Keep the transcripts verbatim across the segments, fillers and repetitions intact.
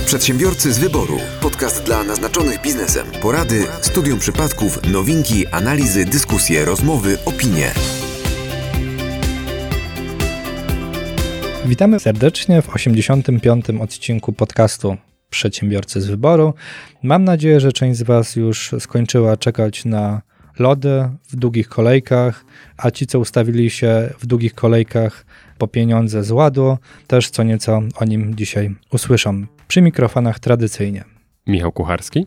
Przedsiębiorcy z wyboru. Podcast dla naznaczonych biznesem. Porady, studium przypadków, nowinki, analizy, dyskusje, rozmowy, opinie. Witamy serdecznie w osiemdziesiątym piątym odcinku podcastu Przedsiębiorcy z wyboru. Mam nadzieję, że część z Was już skończyła czekać na lody w długich kolejkach, a ci, co ustawili się w długich kolejkach po pieniądze z ładu, też co nieco o nim dzisiaj usłyszą. Przy mikrofonach tradycyjnie Michał Kucharski,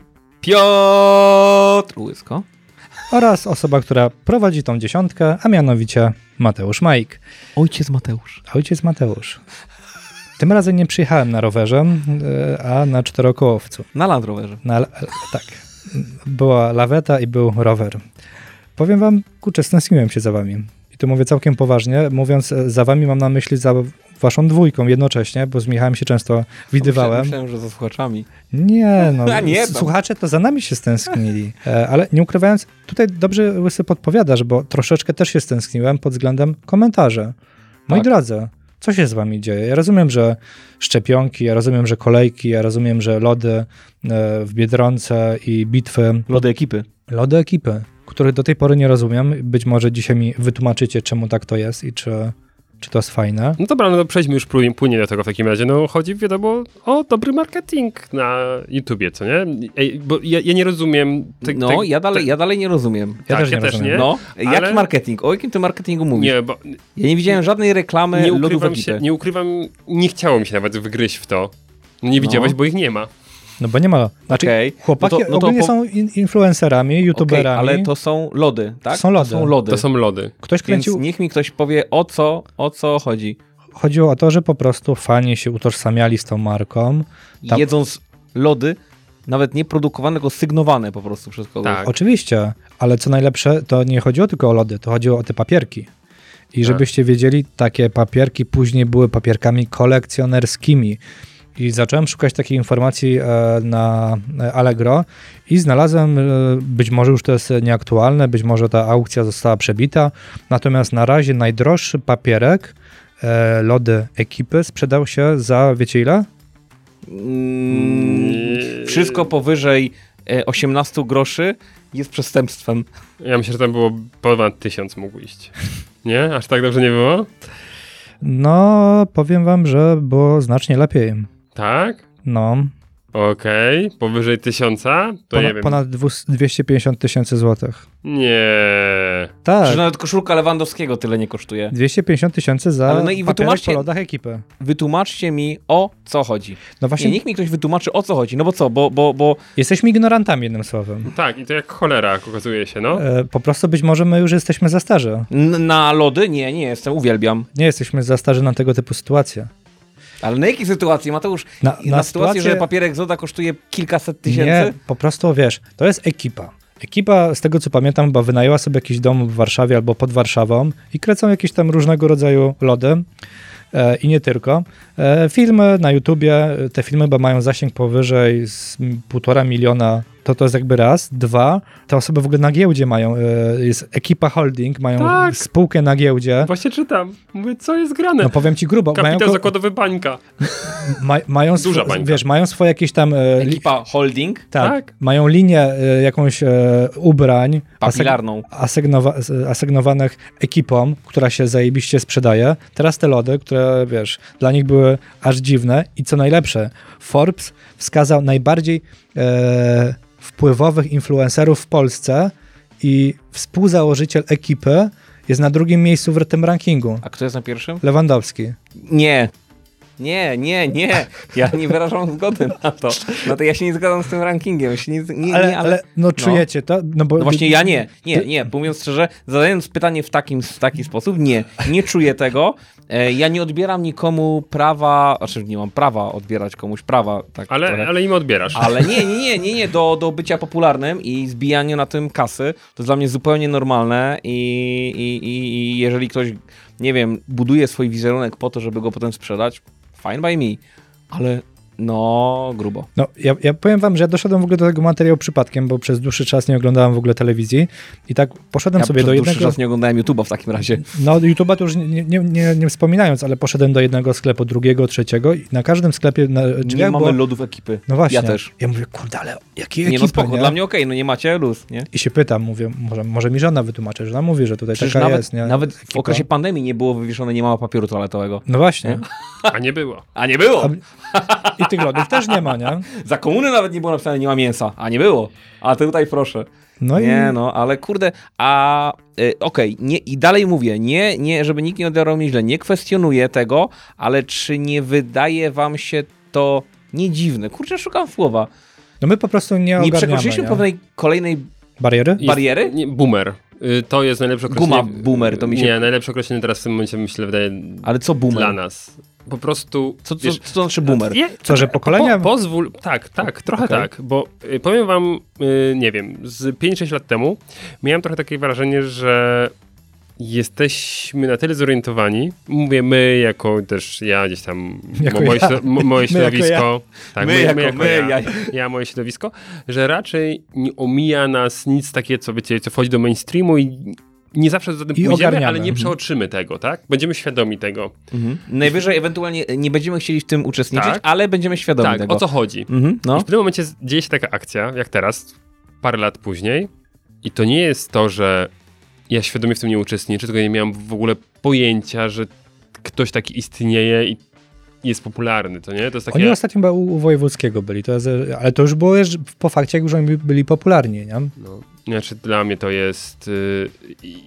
Piotr Łysko oraz osoba, która prowadzi tą dziesiątkę, a mianowicie Mateusz Majk. Ojciec Mateusz. Ojciec Mateusz. Tym razem nie przyjechałem na rowerze, a na czterokołowcu. Na Land Roverze. Na, tak. Była laweta i był rower. Powiem wam, kurczę, stęskniłem się za wami. I tu mówię całkiem poważnie. Mówiąc za wami, mam na myśli za waszą dwójką jednocześnie, bo z Michałem się często widywałem. Myślałem, że za słuchaczami. Nie, no. A nie, słuchacze to za nami się stęsknili. Ale nie ukrywając, tutaj dobrze Łysy podpowiadasz, bo troszeczkę też się stęskniłem pod względem komentarzy. Moi tak. drodzy, co się z wami dzieje? Ja rozumiem, że szczepionki, ja rozumiem, że kolejki, ja rozumiem, że lody w Biedronce i bitwy. Lody ekipy. Lody ekipy, których do tej pory nie rozumiem. Być może dzisiaj mi wytłumaczycie, czemu tak to jest i czy, czy to jest fajne. No dobra, no to przejdźmy już płynnie do tego w takim razie. No chodzi, wiadomo, o dobry marketing na YouTubie, co nie? Ej, bo ja, ja nie rozumiem... Te, no, te, ja, dalej, te... ja dalej nie rozumiem. Ja tak, też nie ja też rozumiem. nie. No, ale... jaki marketing? O jakim ty marketingu mówisz? Nie, bo... Ja nie widziałem żadnej reklamy nie lodów ukrywam ekipy. się, Nie ukrywam, nie chciało mi się nawet wgryźć w to. No nie widziałeś, no. bo ich nie ma. No bo nie ma. Znaczy, okay. chłopaki no to, no to ogólnie po... są in- influencerami, youtuberami. Okay, ale to są lody, tak? To są lody. To są lody. To są lody. Ktoś kręcił... Więc niech mi ktoś powie, o co, o co chodzi. Chodziło o to, że po prostu fani się utożsamiali z tą marką. Tam... Jedząc lody, nawet nie produkowane, tylko sygnowane po prostu przez kogoś. Tak. Oczywiście, ale co najlepsze, to nie chodziło tylko o lody, to chodziło o te papierki. I żebyście wiedzieli, takie papierki później były papierkami kolekcjonerskimi. I zacząłem szukać takiej informacji na Allegro i znalazłem, być może już to jest nieaktualne, być może ta aukcja została przebita, natomiast na razie najdroższy papierek, lody ekipy, sprzedał się za, wiecie ile? Mm, wszystko powyżej osiemnaście groszy jest przestępstwem. Ja myślę, że tam było ponad tysiąc mógł iść. Nie? Aż tak dobrze nie było? No, powiem wam, że było znacznie lepiej. Tak? No. Okej, okay. Powyżej tysiąca? To Ponad, nie wiem. Ponad dwieście pięćdziesiąt tysięcy złotych. Nie. Tak. Że nawet koszulka Lewandowskiego tyle nie kosztuje. dwieście pięćdziesiąt tysięcy za no i papierek po lodach ekipy. Wytłumaczcie mi, o co chodzi. No właśnie. Nie, niech mi ktoś wytłumaczy, o co chodzi. No bo co, bo... bo, bo... Jesteśmy ignorantami, jednym słowem. Tak, i to jak cholera okazuje się, no. E, po prostu być może my już jesteśmy za starzy. N- na lody? Nie, nie jestem, uwielbiam. Nie jesteśmy za starzy na tego typu sytuacje. Ale na jakiej sytuacji, Mateusz? Na, na, na sytuacji, sytuację... że papierek Zoda kosztuje kilkaset tysięcy? Nie, po prostu wiesz, to jest ekipa. Ekipa, z tego co pamiętam, chyba wynajęła sobie jakiś dom w Warszawie albo pod Warszawą i kręcą jakieś tam różnego rodzaju lody e, i nie tylko. E, filmy na YouTubie, te filmy chyba mają zasięg powyżej z półtora miliona. To to jest jakby raz. Dwa, te osoby w ogóle na giełdzie mają, e, jest Ekipa Holding, mają tak. spółkę na giełdzie. Właśnie czytam. Mówię, co jest grane? No powiem ci grubo. Kapitał mają, zakładowy bańka. Ma, mają Duża swo, bańka. Wiesz, mają swoje jakieś tam... E, Ekipa Holding? Tak, tak. Mają linię e, jakąś e, ubrań papilarną asygnowa- asygnowanych ekipom, która się zajebiście sprzedaje. Teraz te lody, które wiesz, dla nich były aż dziwne i co najlepsze, Forbes wskazał najbardziej e, wpływowych influencerów w Polsce i współzałożyciel ekipy jest na drugim miejscu w tym rankingu. A kto jest na pierwszym? Lewandowski. Nie. Nie, nie, nie. Ja nie wyrażam zgody na to. No to ja się nie zgadzam z tym rankingiem. Się nie, nie, ale, nie, ale... ale no czujecie no. to? No, bo... no właśnie ja nie. Nie, nie. Mówiąc szczerze, zadając pytanie w, takim, w taki sposób, nie. Nie czuję tego. E, ja nie odbieram nikomu prawa, znaczy nie mam prawa odbierać komuś prawa. Tak, ale, które, ale im odbierasz. Ale nie, nie, nie, nie, nie. Do, do bycia popularnym i zbijania na tym kasy, to jest dla mnie zupełnie normalne i, i, i, i jeżeli ktoś, nie wiem, buduje swój wizerunek po to, żeby go potem sprzedać, fine by me, ale No, grubo. No, ja, ja powiem wam, że ja doszedłem w ogóle do tego materiału przypadkiem, bo przez dłuższy czas nie oglądałem w ogóle telewizji i tak poszedłem Ja sobie przez do dłuższy jednego... czas nie oglądałem YouTube'a w takim razie. No, YouTube'a to już nie, nie, nie, nie wspominając, ale poszedłem do jednego sklepu, drugiego, trzeciego i na każdym sklepie na Nie drzwiach mamy było... lodów ekipy. No właśnie. Ja też. Ja mówię, kurde, ale jakie Nie ekipy, no spoko, nie? dla mnie okej, okay, no nie macie luz, nie? I się pytam, mówię, może, może mi żona wytłumaczy, że ona mówi, że tutaj Przecież taka nawet, jest, nie? nawet w Ekipa. okresie pandemii nie było wywieszone, nie ma papieru toaletowego. No właśnie. A nie było. A nie było! I tych lodów też nie ma, nie? Za komuny nawet nie było napisane, nie ma mięsa. A nie było. A tutaj proszę. No Nie i... no, ale kurde, a y, okej, nie i dalej mówię, nie, nie, żeby nikt nie odebrał mnie źle, nie kwestionuję tego, ale czy nie wydaje wam się to nie dziwne? Kurczę, szukam słowa. No my po prostu nie Nie ogarniamy, przekroczyliśmy nie? pewnej kolejnej Bariery? Jest- bariery? Nie, boomer. Y, To jest najlepsze określenie. Guma boomer, to mi się... Nie, najlepsze określenie teraz w tym momencie, myślę, wydaje Ale co boomer? dla nas. Po prostu... Co, co, wiesz, co to znaczy boomer? Je, Co, że pokolenia? Po, pozwól, tak, tak, trochę Okay. tak, bo y, powiem wam, y, nie wiem, z pięć sześć lat temu miałem trochę takie wrażenie, że jesteśmy na tyle zorientowani, mówię my, jako też ja gdzieś tam, Jako moje, ja. śro- mo- moje My jako środowisko, tak, My my, jako my jako my, ja, ja. ja, moje środowisko, że raczej nie omija nas nic takiego, co wiecie, co wchodzi do mainstreamu i nie zawsze za tym I pójdziemy, ogarniamy. ale nie Mhm. przeoczymy tego, tak? Będziemy świadomi tego. Mhm. Najwyżej ewentualnie nie będziemy chcieli w tym uczestniczyć, Tak. ale będziemy świadomi Tak, tego. o co chodzi? Mhm, no. I w tym momencie dzieje się taka akcja, jak teraz, parę lat później i to nie jest to, że ja świadomie w tym nie uczestniczę, tylko nie miałem w ogóle pojęcia, że ktoś taki istnieje i jest popularny, to nie? To jest takie... Oni ostatnio chyba u, u Wojewódzkiego byli, to jest, ale to już było już po fakcie, jak już oni byli popularni, nie? No, znaczy dla mnie to jest... Yy, i,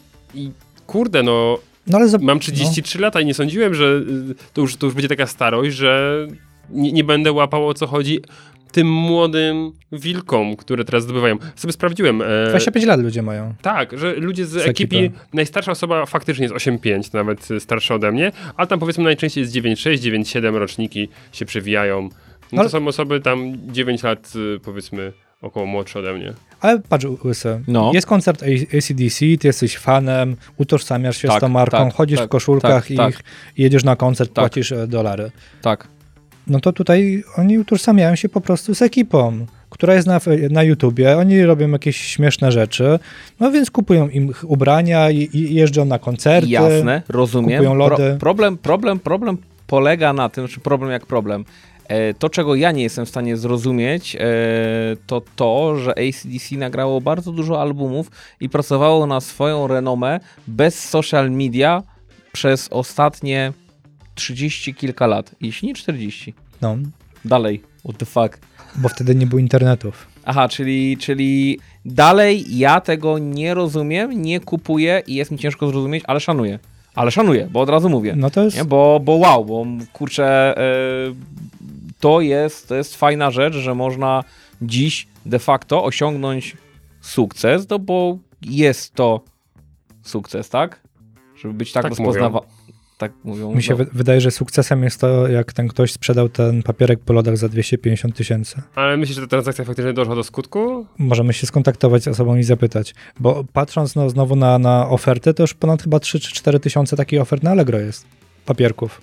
i kurde, no... No ale za, Mam trzydzieści trzy lata i nie sądziłem, że y, to już, to już będzie taka starość, że nie, nie będę łapał, o co chodzi tym młodym wilkom, które teraz zdobywają. Sobie sprawdziłem. E, dwadzieścia pięć lat ludzie mają. tak, że ludzie z, Z ekipy, ekipy. najstarsza osoba faktycznie jest osiem pięć, to nawet starsza ode mnie, ale tam powiedzmy najczęściej jest dziewięć sześć, dziewięć siedem roczniki się przewijają. No Ale- to są osoby tam dziewięć lat y, powiedzmy około młodsze ode mnie. Ale patrz, Łysy, No. jest koncert A C D C, ty jesteś fanem, utożsamiasz się Tak, z tą marką, tak, chodzisz tak, w koszulkach tak, i, tak. i jedziesz na koncert, Tak. płacisz e, dolary. Tak. No to tutaj oni utożsamiają się po prostu z ekipą, która jest na, na YouTubie, oni robią jakieś śmieszne rzeczy, no więc kupują im ubrania i, i jeżdżą na koncerty. Jasne, rozumiem. kupują lody. Pro, problem, problem, problem polega na tym, czy problem jak problem. E, to, czego ja nie jestem w stanie zrozumieć, e, to to, że A C D C nagrało bardzo dużo albumów i pracowało na swoją renomę bez social media przez ostatnie trzydzieści kilka lat, jeśli nie czterdzieści. No, Dalej, what the fuck. bo wtedy nie było internetów. Aha, czyli, czyli dalej ja tego nie rozumiem, nie kupuję i jest mi ciężko zrozumieć, ale szanuję. Ale szanuję, bo od razu mówię. No to jest... Nie? Bo, bo wow, bo kurczę, yy, to, jest, to jest fajna rzecz, że można dziś de facto osiągnąć sukces, no bo jest to sukces, tak? Żeby być tak, Tak rozpoznawalny. Tak mówią. Mi się no. wy- wydaje, że sukcesem jest to, jak ten ktoś sprzedał ten papierek po lodach za dwieście pięćdziesiąt tysięcy. Ale myślisz, że ta transakcja faktycznie doszła do skutku? Możemy się skontaktować z osobą i zapytać. Bo patrząc no, znowu na, na oferty, to już ponad chyba trzy czy cztery tysiące takich ofert na Allegro jest. Papierków.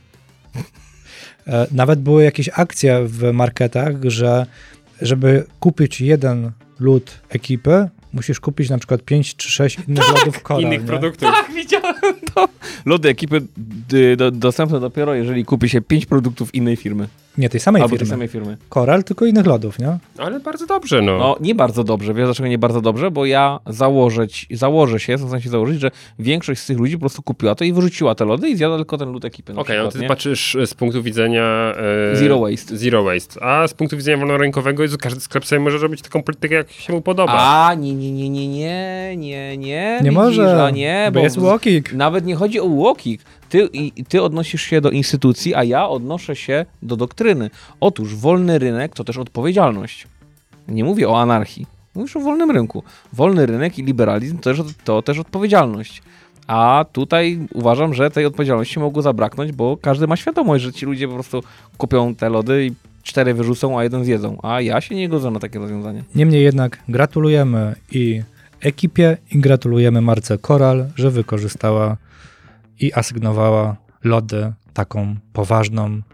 E, Nawet były jakieś akcje w marketach, że żeby kupić jeden lód ekipy, musisz kupić na przykład pięć czy sześć innych lodów Coral. Innych nie? produktów. Tak, widziałem to. Lody ekipy d- do, dostępne dopiero, jeżeli kupi się pięć produktów innej firmy. Nie tej samej Albo firmy. tej samej firmy. Coral, tylko innych lodów, nie? Ale bardzo dobrze, no. No, nie bardzo dobrze. Wiesz dlaczego nie bardzo dobrze? Bo ja założę, ci- założę się, chcę się założyć, że większość z tych ludzi po prostu kupiła to i wyrzuciła te lody i zjadła tylko ten lód ekipy. na Okej, no przykład, ty nie? patrzysz z punktu widzenia... E, Zero waste. Zero waste. A z punktu widzenia wolnorynkowego Jezu, każdy sklep sobie może robić taką politykę, jak się mu podoba. A, nie, nie, nie, nie, nie, nie, nie. Nie widzisz, może, a nie, bo jest walking. Nawet nie chodzi o walking. Ty, i, ty odnosisz się do instytucji, a ja odnoszę się do doktryny. Otóż wolny rynek to też odpowiedzialność. Nie mówię o anarchii. Mówisz o wolnym rynku. Wolny rynek i liberalizm to też, to też odpowiedzialność. A tutaj uważam, że tej odpowiedzialności mogło zabraknąć, bo każdy ma świadomość, że ci ludzie po prostu kupią te lody i cztery wyrzucą, a jeden zjedzą. A ja się nie godzę na takie rozwiązanie. Niemniej jednak gratulujemy i ekipie i gratulujemy marce Coral, że wykorzystała i asygnowała lody taką poważną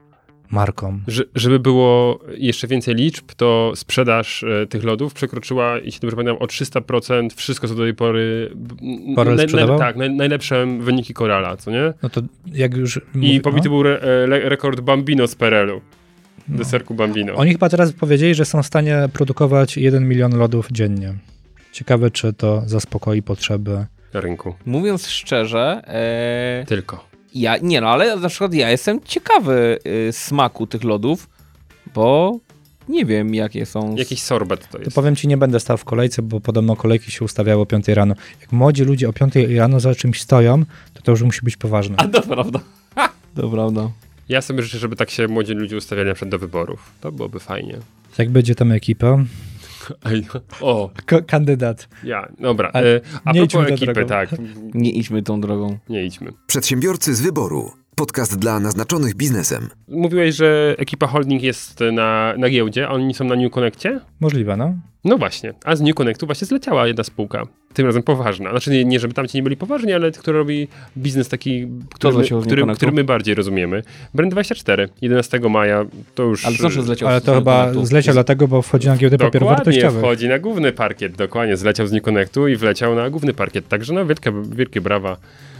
marką. Że, żeby było jeszcze więcej liczb, to sprzedaż e, tych lodów przekroczyła, jeśli dobrze pamiętam, o trzysta procent wszystko, co do tej pory... Coral sprzedawał? Tak, naj, najlepsze wyniki Corala, co nie? No to jak już... I mówi, pobity no? był re, re, rekord Bambino z Perelu. No. Deserku Bambino. Oni chyba teraz powiedzieli, że są w stanie produkować jeden milion lodów dziennie. Ciekawe, czy to zaspokoi potrzeby Na rynku. Mówiąc szczerze... E... Tylko. Ja, nie no, ale na przykład ja jestem ciekawy y, smaku tych lodów, bo nie wiem, jakie są... Jakiś sorbet to To jest. powiem ci, nie będę stał w kolejce, bo podobno kolejki się ustawiały o piątej rano. Jak młodzi ludzie o piątej rano za czymś stoją, to to już musi być poważne. A to prawda. To prawda. Ja sobie życzę, żeby tak się młodzi ludzie ustawiali na przykład do wyborów. To byłoby fajnie. Jak będzie tam ekipa? Ej, o, Ko- kandydat. ja, dobra. A E, a nie propos idźmy tą ekipy, drogą. tak. Nie idźmy tą drogą. Nie idźmy. Przedsiębiorcy z wyboru. Podcast dla naznaczonych biznesem. Mówiłeś, że ekipa holding jest na, na giełdzie, a oni są na New Connectie? Możliwe, no. No właśnie, a z New Connectu właśnie zleciała jedna spółka. Tym razem poważna. Znaczy nie, nie żeby tam ci nie byli poważni, ale która robi biznes taki, który, my, zleciał z New który, Connectu? który my bardziej rozumiemy. Brand dwadzieścia cztery, jedenastego maja, to już... Ale co, że zleciał Ale z to New chyba Connectu? zleciał dlatego, bo wchodzi na giełdę papierów Dokładnie, wartościowych. wchodzi na główny parkiet, dokładnie, zleciał z New Connectu i wleciał na główny parkiet. Także no wielkie, wielkie brawa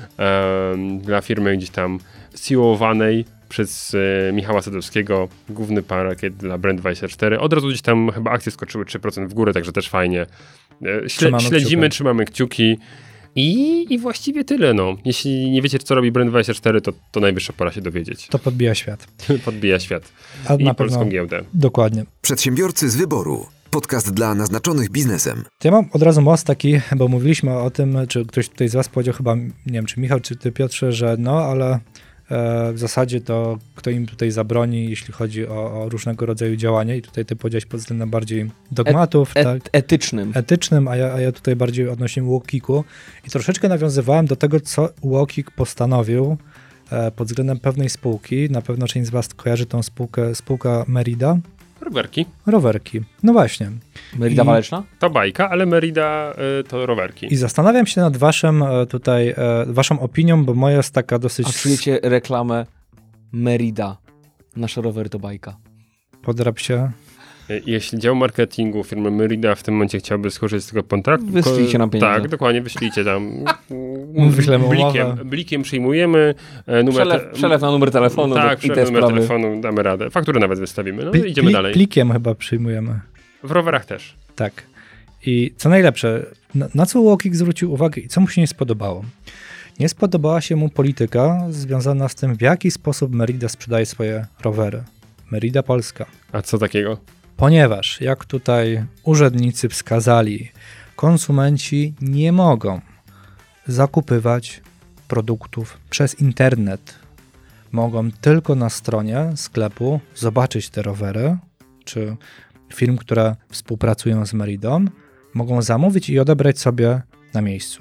um, dla firmy gdzieś tam C E O-owanej przez e, Michała Sadowskiego, główny parkiet dla Brand dwadzieścia cztery. Od razu gdzieś tam chyba akcje skoczyły trzy procent w górę, także też fajnie. E, śle, Trzymamy śledzimy, kciuki. trzymamy kciuki. I, I właściwie tyle, no. Jeśli nie wiecie, co robi Brand dwadzieścia cztery, to, to najwyższa pora się dowiedzieć. To podbija świat. Podbija świat. A I na polską pewno, giełdę. dokładnie. Przedsiębiorcy z wyboru. Podcast dla naznaczonych biznesem. To ja mam od razu most taki, bo mówiliśmy o tym, czy ktoś tutaj z was powiedział, chyba, nie wiem, czy Michał, czy ty, Piotrze, że no, ale e, w zasadzie to kto im tutaj zabroni, jeśli chodzi o, o różnego rodzaju działania i tutaj ty powiedziałeś pod względem bardziej dogmatów, Et, tak, etycznym. etycznym, a ja, a ja tutaj bardziej odnośnie Łokiku i troszeczkę nawiązywałem do tego, co Łokik postanowił e, pod względem pewnej spółki. Na pewno część z was kojarzy tą spółkę, spółka Merida. Rowerki. Rowerki. No właśnie. Merida I- Waleczna? To bajka, ale Merida y, to rowerki. I zastanawiam się nad waszym e, tutaj, e, waszą opinią, bo moja jest taka dosyć A czujecie reklamę Merida? Nasz rower to bajka. podrap się. Y, Jeśli dział marketingu firmy Merida w tym momencie chciałby skorzystać z tego kontraktu... Wyślijcie nam pieniądze. Tak, dokładnie, wyślijcie tam. Wyślemy blikiem, umowę. blikiem przyjmujemy. e, Numer Przelew, te- przelew na numer telefonu Tak, do, i te przelew numer sprawy. telefonu, damy radę. Fakturę nawet wystawimy. No Pli- i idziemy pli- dalej. Plikiem chyba przyjmujemy. W rowerach też. Tak. I co najlepsze, na, na co Łokik zwrócił uwagę i co mu się nie spodobało? Nie spodobała się mu polityka związana z tym, w jaki sposób Merida sprzedaje swoje rowery. Merida Polska. A co takiego? Ponieważ, jak tutaj urzędnicy wskazali, konsumenci nie mogą zakupywać produktów przez internet. Mogą tylko na stronie sklepu zobaczyć te rowery, czy firm, które współpracują z Meridą, mogą zamówić i odebrać sobie na miejscu.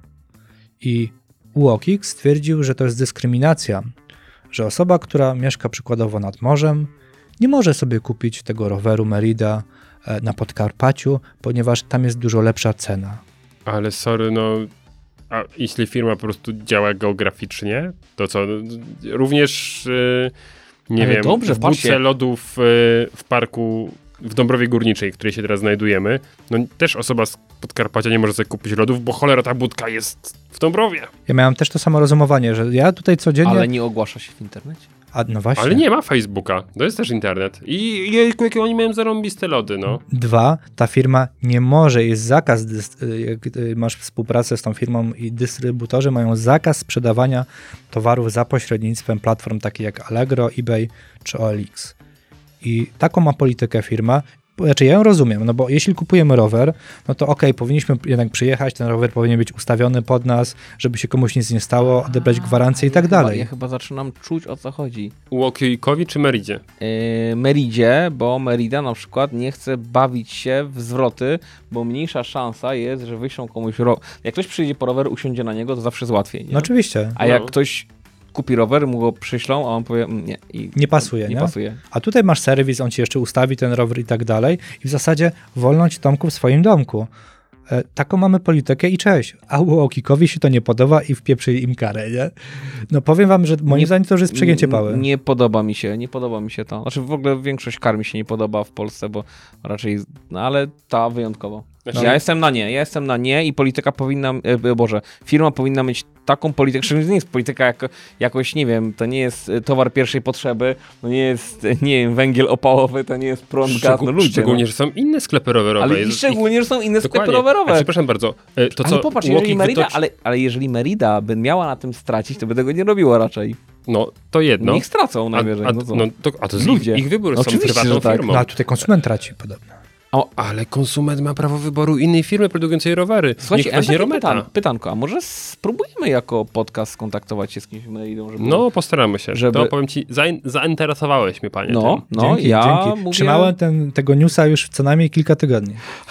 I Łokik stwierdził, że to jest dyskryminacja, że osoba, która mieszka przykładowo nad morzem, nie może sobie kupić tego roweru Merida e, na Podkarpaciu, ponieważ tam jest dużo lepsza cena. Ale sorry, no... A jeśli firma po prostu działa geograficznie, to co? Również, y, nie Ale wiem, dobrze, w budce patrzcie. lodów y, w parku w Dąbrowie Górniczej, w której się teraz znajdujemy, no też osoba z Podkarpacia nie może sobie kupić lodów, bo cholera ta budka jest w Dąbrowie. Ja miałem też to samo rozumowanie, że ja tutaj codziennie... Ale nie ogłasza się w internecie? A, no właśnie. Ale nie ma Facebooka, to jest też internet. I jejku, jakie oni mają zarąbiste lody, no. Dwa, ta firma nie może, jest zakaz, dys- jak y, masz współpracę z tą firmą i dystrybutorzy mają zakaz sprzedawania towarów za pośrednictwem platform takich jak Allegro, eBay czy O L X. I taką ma politykę firma. Znaczy ja ją rozumiem, no bo jeśli kupujemy rower, no to okej, powinniśmy jednak przyjechać, ten rower powinien być ustawiony pod nas, żeby się komuś nic nie stało, odebrać gwarancję i tak ja chyba, dalej. Ja chyba zaczynam czuć, o co chodzi. Łokikowi czy Meridzie? Yy, Meridzie, bo Merida na przykład nie chce bawić się w zwroty, bo mniejsza szansa jest, że wyślą komuś ro... Jak ktoś przyjdzie po rower, usiądzie na niego, to zawsze jest łatwiej, nie? No oczywiście. A jak No. ktoś kupi rower, mu go przyślą, a on powie, "Mm, nie. I Nie pasuje, nie? nie? pasuje. A tutaj masz serwis, on ci jeszcze ustawi ten rower i tak dalej i w zasadzie wolno ci, Tomku, w swoim domku. E, taką mamy politykę i cześć. A UOKiK-owi się to nie podoba i wpieprzyli im karę, nie? No powiem wam, że moim Nie- zdaniem to już jest przegięcie pały. Nie podoba mi się, nie podoba mi się to. Znaczy w ogóle większość kar mi się nie podoba w Polsce, bo raczej, no ale ta wyjątkowo. Znaczy- Ja jestem na nie, ja jestem na nie i polityka powinna, e, Boże, firma powinna mieć taką politykę, że to nie jest polityka jako, jakoś, nie wiem, to nie jest e, towar pierwszej potrzeby, to nie jest, e, nie wiem, węgiel opałowy, to nie jest prąd, gaz, Szczegół, no ludzie. szczególnie, no. że są inne sklepy rowerowe. Ale i Jest- szczególnie, że są inne sklepy Dokładnie. rowerowe. A przepraszam bardzo, e, to co ale popatrz, jeżeli Łokik Merida, wytoczy- ale, ale jeżeli Merida by miała na tym stracić, to by tego nie robiła raczej. No, to jedno. Niech stracą a, najwyżej. a, no co? no, to, a to jest Ludzie. ich, ich wybór, są Oczywiście, prywatną że tak. firmą. No a tutaj konsument traci podobno. O, Ale konsument ma prawo wyboru innej firmy produkującej rowery. Słuchajcie, Niech ja mam weźmie takie Rometa. pytan, pytanko, a może spróbujemy jako podcast skontaktować się z kimś Meridą, żeby... No, postaramy się. Żeby- To powiem ci, zain zainteresowałeś mnie, panie. no, tym. no Dzięki, ja dzięki. mówię... Trzymałem ten, tego newsa już co najmniej kilka tygodni.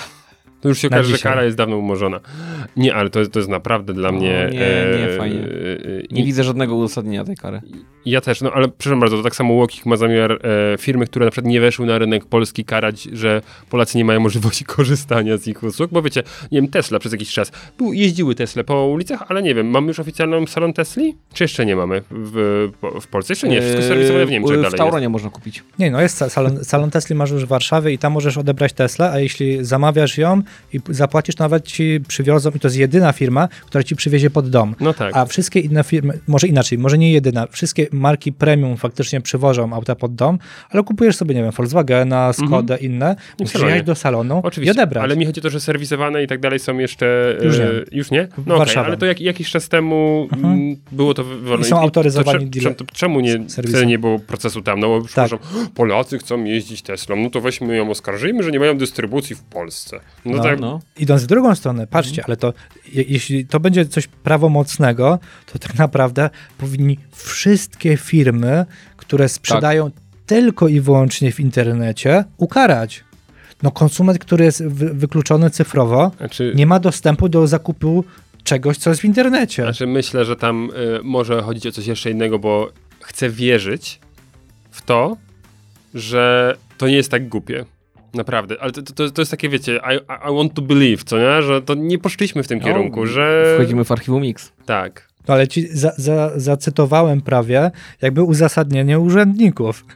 To już się Na okaże, że dzisiaj. kara jest dawno umorzona. Nie, ale to, to jest naprawdę dla No, mnie... nie, nie, e, fajnie. e, Nie i- widzę żadnego uzasadnienia tej kary. Ja też, no ale przepraszam bardzo, to tak samo Łokik ma zamiar e, firmy, które na przykład nie weszły na rynek polski karać, że Polacy nie mają możliwości korzystania z ich usług, bo wiecie, nie wiem, Tesla przez jakiś czas, był, jeździły Tesle po ulicach, ale nie wiem, mamy już oficjalną salon Tesli? Czy jeszcze nie mamy w, po- w Polsce? Jeszcze nie, wszystko Eee, serwisowane w Niemczech W dalej Tauronie można kupić. Nie, no jest sa- salon, salon Tesla masz już w Warszawie i tam możesz odebrać Teslę, a jeśli zamawiasz ją i p- zapłacisz, to nawet ci przywiozą i to jest jedyna firma, która ci przywiezie pod dom. jest. No tak. A wszystkie inne firmy, może inaczej, może nie jedyna, wszystkie marki premium faktycznie przywożą auta pod dom, ale kupujesz sobie, nie wiem, Volkswagena, Skodę, inne, musisz salonie. jechać do salonu Oczywiście, i odebrać. ale mi chodzi o to, że serwisowane i tak dalej są jeszcze... Już nie. e, Już nie? W No okej, Warszawie. ale to jak, jakiś czas temu mm, było to wolne. I są autoryzowani to, cze- dealer- to, Czemu nie, serwisy. wtedy nie było procesu tam? No bo Tak. przepraszam, Polacy chcą jeździć Teslą, no to weźmy ją, oskarżyjmy, że nie mają dystrybucji w Polsce. No, No, tak, No. Idąc w drugą stronę, patrzcie, ale to je, jeśli to będzie coś prawomocnego, to tak naprawdę powinni wszystkie firmy, które sprzedają tylko i wyłącznie w internecie, ukarać. No konsument, który jest wy, wykluczony cyfrowo, Znaczy, nie ma dostępu do zakupu czegoś, co jest w internecie. znaczy myślę, że tam y, może chodzić o coś jeszcze innego, bo chcę wierzyć w to, że to nie jest tak głupie. Naprawdę, ale to, to, to jest takie, wiecie, I, I want to believe, co nie? Że to nie poszliśmy w tym No, kierunku, że... Wchodzimy w archiwum Mix. Tak. No, ale ci za, za, zacytowałem prawie jakby uzasadnienie urzędników.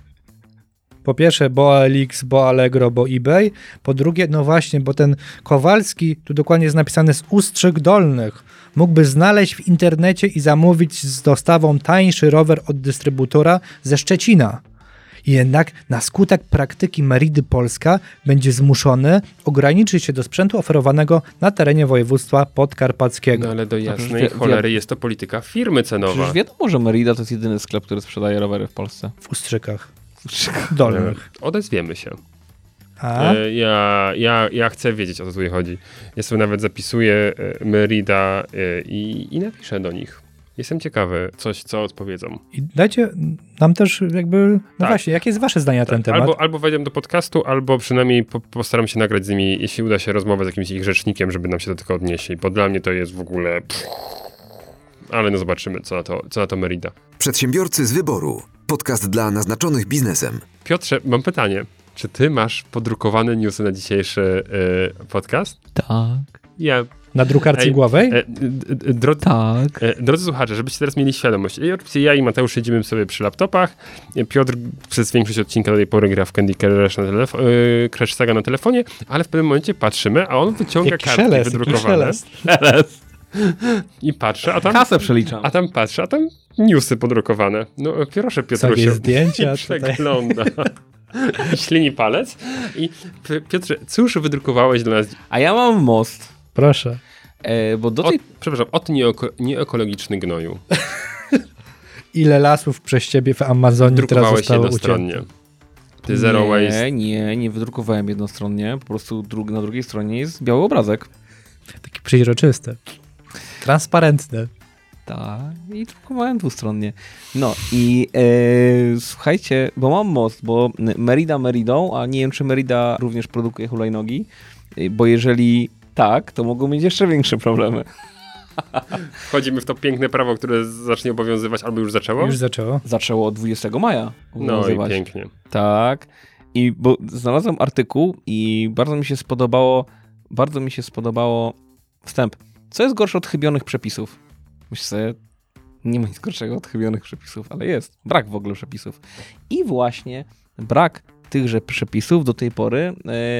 Po pierwsze, bo O L X, bo Allegro, bo eBay. Po drugie, no właśnie, bo ten Kowalski, tu dokładnie jest napisane z Ustrzyk Dolnych, mógłby znaleźć w internecie i zamówić z dostawą tańszy rower od dystrybutora ze Szczecina. Jednak na skutek praktyki Meridy Polska będzie zmuszony ograniczyć się do sprzętu oferowanego na terenie województwa podkarpackiego. No ale do przecież jasnej wie- cholery jest to polityka firmy cenowa. Przecież wiadomo, że Merida to jest jedyny sklep, który sprzedaje rowery w Polsce. W Ustrzykach Dolnych. Odezwiemy się. A? E, Ja, ja, ja chcę wiedzieć, o co tutaj chodzi. Ja sobie nawet zapisuję e, Merida e, i, i napiszę do nich. Jestem ciekawy, coś, co odpowiedzą. I dajcie nam też jakby, no Tak. właśnie, jakie jest wasze zdanie na ten temat? Albo, albo wejdę do podcastu, albo przynajmniej po, postaram się nagrać z nimi, jeśli uda się, rozmowę z jakimś ich rzecznikiem, żeby nam się do tego odnieśli, bo dla mnie to jest w ogóle... Pff. Ale no zobaczymy, co na to, co na to Merida. Przedsiębiorcy z wyboru. Podcast dla naznaczonych biznesem. Piotrze, mam pytanie. Czy ty masz podrukowane newsy na dzisiejszy y, podcast? Tak. Ja... Na drukarce Ej, głowej? E, d, d, drodzy, Tak. e, drodzy słuchacze, żebyście teraz mieli świadomość. I oczywiście ja i Mateusz siedzimy sobie przy laptopach. E, Piotr przez większość odcinka do tej pory gra w Candy Crush, na telefo- e, Crash Saga na telefonie, ale w pewnym momencie patrzymy, a on wyciąga Jaki kartki szelest, jaki wydrukowane szelest. i patrzy, a tam, Kasę przeliczam. a tam patrzy, a tam newsy podrukowane. No proszę Piotrusiu. Sobie zdjęcia I tutaj. przegląda. Ślini palec i P- Piotrze, cóż wydrukowałeś dla nas? A ja mam most. Proszę. E, bo do O, tej... przepraszam, od nieoko- nieekologiczny gnoju. Ile lasów przez ciebie w Amazonii teraz Drukowałeś zostało jednostronnie. ucięte? Ty zero waste. Nie, nie, nie wydrukowałem jednostronnie. Po prostu dru- na drugiej stronie jest biały obrazek. Taki przeźroczysty. Transparentny. Tak, i drukowałem dwustronnie. No i e, słuchajcie, bo mam most, bo Merida Meridą, a nie wiem, czy Merida również produkuje hulajnogi, e, bo jeżeli tak, to mogą mieć jeszcze większe problemy. Wchodzimy w to piękne prawo, które zacznie obowiązywać, albo już zaczęło? Już zaczęło. Zaczęło od dwudziestego maja No i obowiązywać. pięknie. Tak. I bo znalazłem artykuł i bardzo mi się spodobało, bardzo mi się spodobało wstęp. Co jest gorsze od chybionych przepisów? Myślę sobie, nie ma nic gorszego od chybionych przepisów, ale jest. Brak w ogóle przepisów. I właśnie brak tychże przepisów do tej pory e,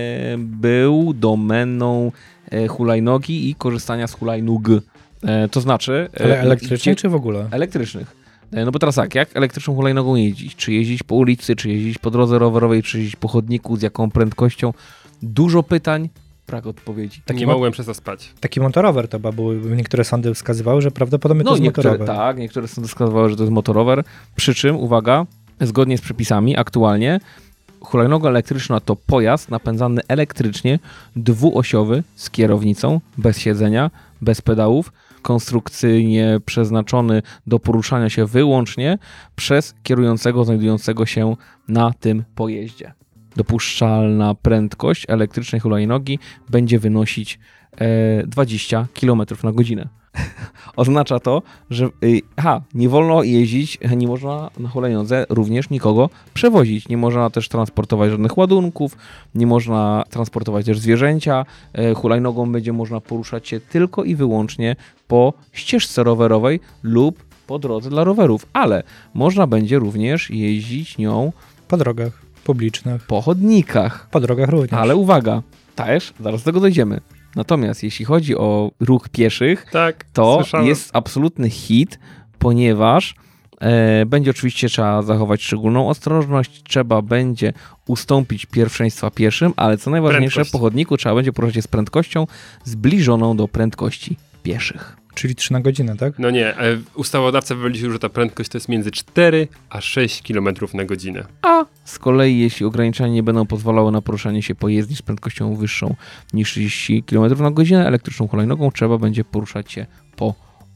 był domeną e, hulajnogi i korzystania z hulajnóg. E, to znaczy... E, Ale elektrycznych czy w ogóle? Elektrycznych. E, no bo teraz tak, jak elektryczną hulajnogą jeździć? Czy jeździć po ulicy, czy jeździć po drodze rowerowej, czy jeździć po chodniku, z jaką prędkością? Dużo pytań, brak odpowiedzi. Tak nie mogłem przez to spać. Taki motorower to chyba były, niektóre sądy wskazywały, że prawdopodobnie No, to jest niektóre, motorower. tak, niektóre sądy wskazywały, że to jest motorower. Przy czym, uwaga, zgodnie z przepisami aktualnie hulajnoga elektryczna to pojazd napędzany elektrycznie, dwuosiowy, z kierownicą, bez siedzenia, bez pedałów, konstrukcyjnie przeznaczony do poruszania się wyłącznie przez kierującego znajdującego się na tym pojeździe. Dopuszczalna prędkość elektrycznej hulajnogi będzie wynosić e, dwadzieścia kilometrów na godzinę. Oznacza to, że y, aha, nie wolno jeździć, nie można na hulajnodze również nikogo przewozić. Nie można też transportować żadnych ładunków, nie można transportować też zwierzęcia. E, hulajnogą będzie można poruszać się tylko i wyłącznie po ścieżce rowerowej lub po drodze dla rowerów, ale można będzie również jeździć nią Po drogach publicznych, po chodnikach. po drogach również. Ale uwaga, też, zaraz do tego dojdziemy. Natomiast jeśli chodzi o ruch pieszych, Tak, to słyszałem. jest absolutny hit, ponieważ e, będzie oczywiście trzeba zachować szczególną ostrożność, trzeba będzie ustąpić pierwszeństwa pieszym, ale co najważniejsze, Prędkość. po chodniku trzeba będzie poruszać się z prędkością zbliżoną do prędkości pieszych. Czyli trzy na godzinę, tak? No nie, e, ustawodawca wyliczył, że ta prędkość to jest między cztery a sześć kilometrów na godzinę. A z kolei jeśli ograniczenia nie będą pozwalały na poruszanie się po jezdni z prędkością wyższą niż trzydzieści kilometrów na godzinę, elektryczną hulajnogą trzeba będzie poruszać się po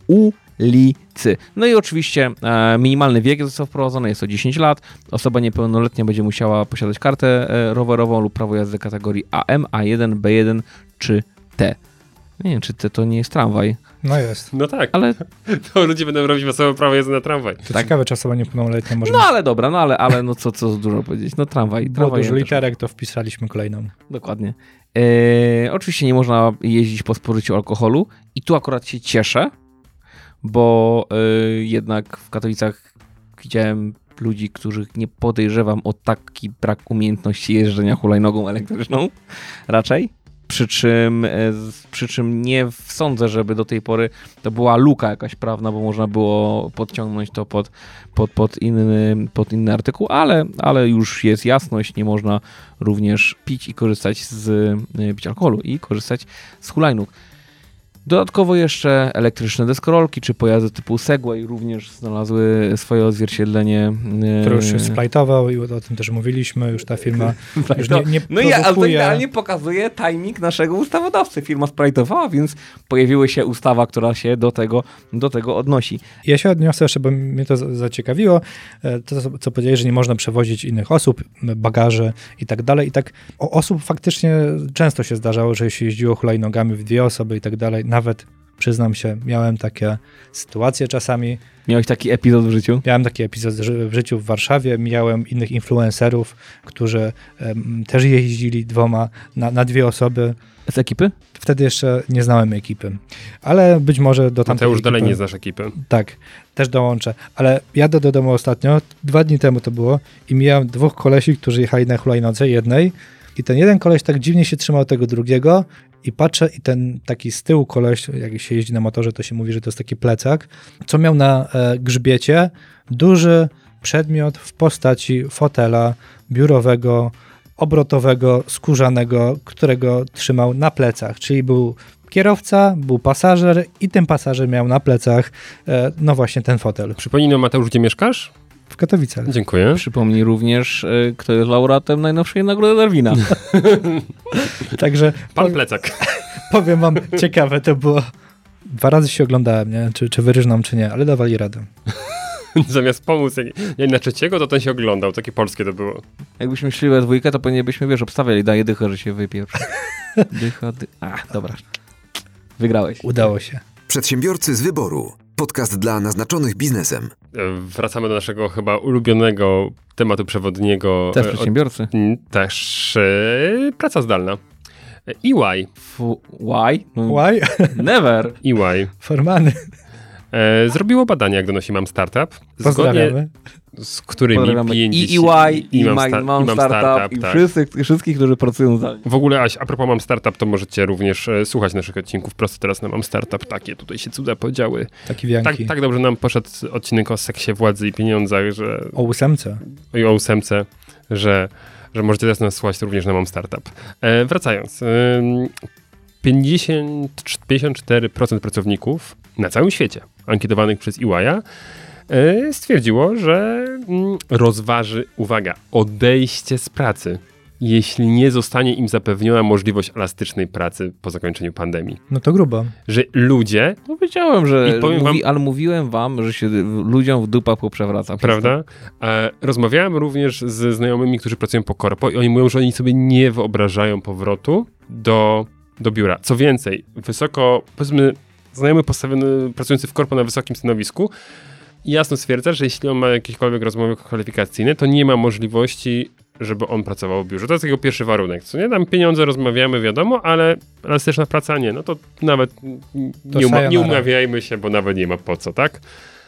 ulicy. No i oczywiście e, minimalny wiek został wprowadzony, jest to dziesięć lat. Osoba niepełnoletnia będzie musiała posiadać kartę e, rowerową lub prawo jazdy kategorii A M, A jeden, B jeden czy T. Nie wiem, czy T to nie jest tramwaj, No jest. No tak, ale to ludzie będą robić masowe prawo jazdy na tramwaj. To ciekawe, czy osoba niepełnoletnia może no mieć. ale dobra, no ale, ale no co, co dużo powiedzieć. No tramwaj, Było tramwaj. dużo też- literek, to wpisaliśmy kolejną. Dokładnie. E, oczywiście nie można jeździć po spożyciu alkoholu i tu akurat się cieszę, bo e, jednak w Katowicach widziałem ludzi, których nie podejrzewam o taki brak umiejętności jeżdżenia hulajnogą elektryczną raczej. Przy czym, e, z- przy czym nie sądzę, żeby do tej pory to była luka jakaś prawna, bo można było podciągnąć to pod, pod, pod, inny, pod inny artykuł, ale, ale już jest jasność, nie można również pić i korzystać z e, pić alkoholu i korzystać z hulajnóg. Dodatkowo jeszcze elektryczne deskorolki czy pojazdy typu Segway również znalazły swoje odzwierciedlenie. e, Który już się splajtował i o tym też mówiliśmy, już ta firma już nie, nie No i ale to prowokuje. idealnie pokazuje timing naszego ustawodawcy. Firma sprajtowała, więc pojawiła się ustawa, która się do tego, do tego odnosi. Ja się odniosę jeszcze, bo mnie to za- zaciekawiło, e, to co- co powiedziałeś, że nie można przewozić innych osób, bagaży i tak dalej. I tak o osób faktycznie często się zdarzało, że się jeździło hulajnogami w dwie osoby i tak dalej. Nawet, przyznam się, miałem takie sytuacje czasami. Miałeś taki epizod w życiu? Miałem taki epizod ży- w życiu w Warszawie, mijałem innych influencerów, którzy em, też jeździli dwoma na, na dwie osoby. Z ekipy? Wtedy jeszcze nie znałem ekipy, ale być może do tamtej Mateusz, ekipy... dalej nie znasz ekipy. Tak, też dołączę. Ale jadę do domu ostatnio, dwa dni temu to było i mijałem dwóch kolesi, którzy jechali na hulajnodze jednej i ten jeden koleś tak dziwnie się trzymał tego drugiego i patrzę i ten taki z tyłu koleś, jak się jeździ na motorze, to się mówi, że to jest taki plecak, co miał na e, grzbiecie duży przedmiot w postaci fotela biurowego, obrotowego, skórzanego, którego trzymał na plecach, czyli był kierowca, był pasażer i ten pasażer miał na plecach e, no właśnie ten fotel Przypomnij nam, Mateusz, gdzie mieszkasz? w Katowicach. Dziękuję. Przypomnij również, y, kto jest laureatem najnowszej nagrody Darwina. Także Pan po, Plecak. powiem wam, ciekawe to było. Dwa razy się oglądałem, nie? Czy, czy wyryżną, czy nie, ale dawali radę. Zamiast pomóc jak, jak na trzeciego, to ten się oglądał. Takie polskie to było. Jakbyśmy szli we dwójkę, to pewnie byśmy, wiesz, obstawiali, daje dychę, że się wypieprz. Dycha, dy... A, dobra. Wygrałeś. Udało się. Przedsiębiorcy z wyboru. Podcast dla naznaczonych biznesem. E, Wracamy do naszego chyba ulubionego tematu przewodniego. Też e, od- przedsiębiorcy. Mm, Też e, praca zdalna. E Y. F- why? No, Why? never. E Y. Formany. E, zrobiło badanie, jak donosi Mam Startup. Zgodnie Pozdrawiamy. z którymi Pozdrawiamy i pięćdziesiąt E Y, i, Mam, Mam, sta- mam i Mam Startup, Startup i tak. wszystkich, wszystkich, którzy pracują zdalnie. W ogóle, Aś, a propos Mam Startup, to możecie również e, słuchać naszych odcinków prosto teraz na Mam Startup. Takie tutaj się cuda podziały. Taki Tak, wianki. tak dobrze nam poszedł odcinek o seksie, władzy i pieniądzach, że O ósemce. i o ósemce, że, że możecie teraz nas słuchać również na Mam Startup. E, wracając. E, pięćdziesiąt, pięćdziesiąt cztery procent pracowników na całym świecie ankietowanych przez E Y e, stwierdziło, że mm, rozważy, uwaga, odejście z pracy, jeśli nie zostanie im zapewniona możliwość elastycznej pracy po zakończeniu pandemii. No to grubo. Że ludzie, No powiedziałem, że I powiem mówi, wam- ale mówiłem wam, że się ludziom w dupach poprzewraca. prawda? E, rozmawiałem również ze znajomymi, którzy pracują po korpo i oni mówią, że oni sobie nie wyobrażają powrotu do, do biura. Co więcej, wysoko, powiedzmy, znajomy postawiony, pracujący w korpo na wysokim stanowisku jasno stwierdza, że jeśli on ma jakiekolwiek rozmowy kwalifikacyjne, to nie ma możliwości, żeby on pracował w biurze. To jest jego pierwszy warunek. Co nie? Tam pieniądze rozmawiamy, wiadomo, ale elastyczna praca nie. No to nawet To nie, uma- nie sayonara. umawiajmy się, bo nawet nie ma po co, tak?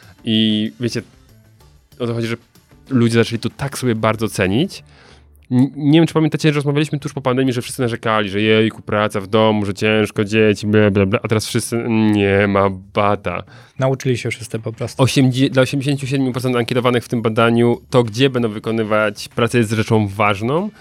I wiecie, o to chodzi, że ludzie zaczęli to tak sobie bardzo cenić. N- Nie wiem, czy pamiętacie, że rozmawialiśmy tuż po pandemii, że wszyscy narzekali, że jejku, praca w domu, że ciężko, dzieci, bla, bla, bla, a teraz wszyscy nie ma bata. Nauczyli się wszyscy po prostu. osiemdziesiąt dla osiemdziesiąt siedem procent ankietowanych w tym badaniu to, gdzie będą wykonywać pracę, jest rzeczą ważną,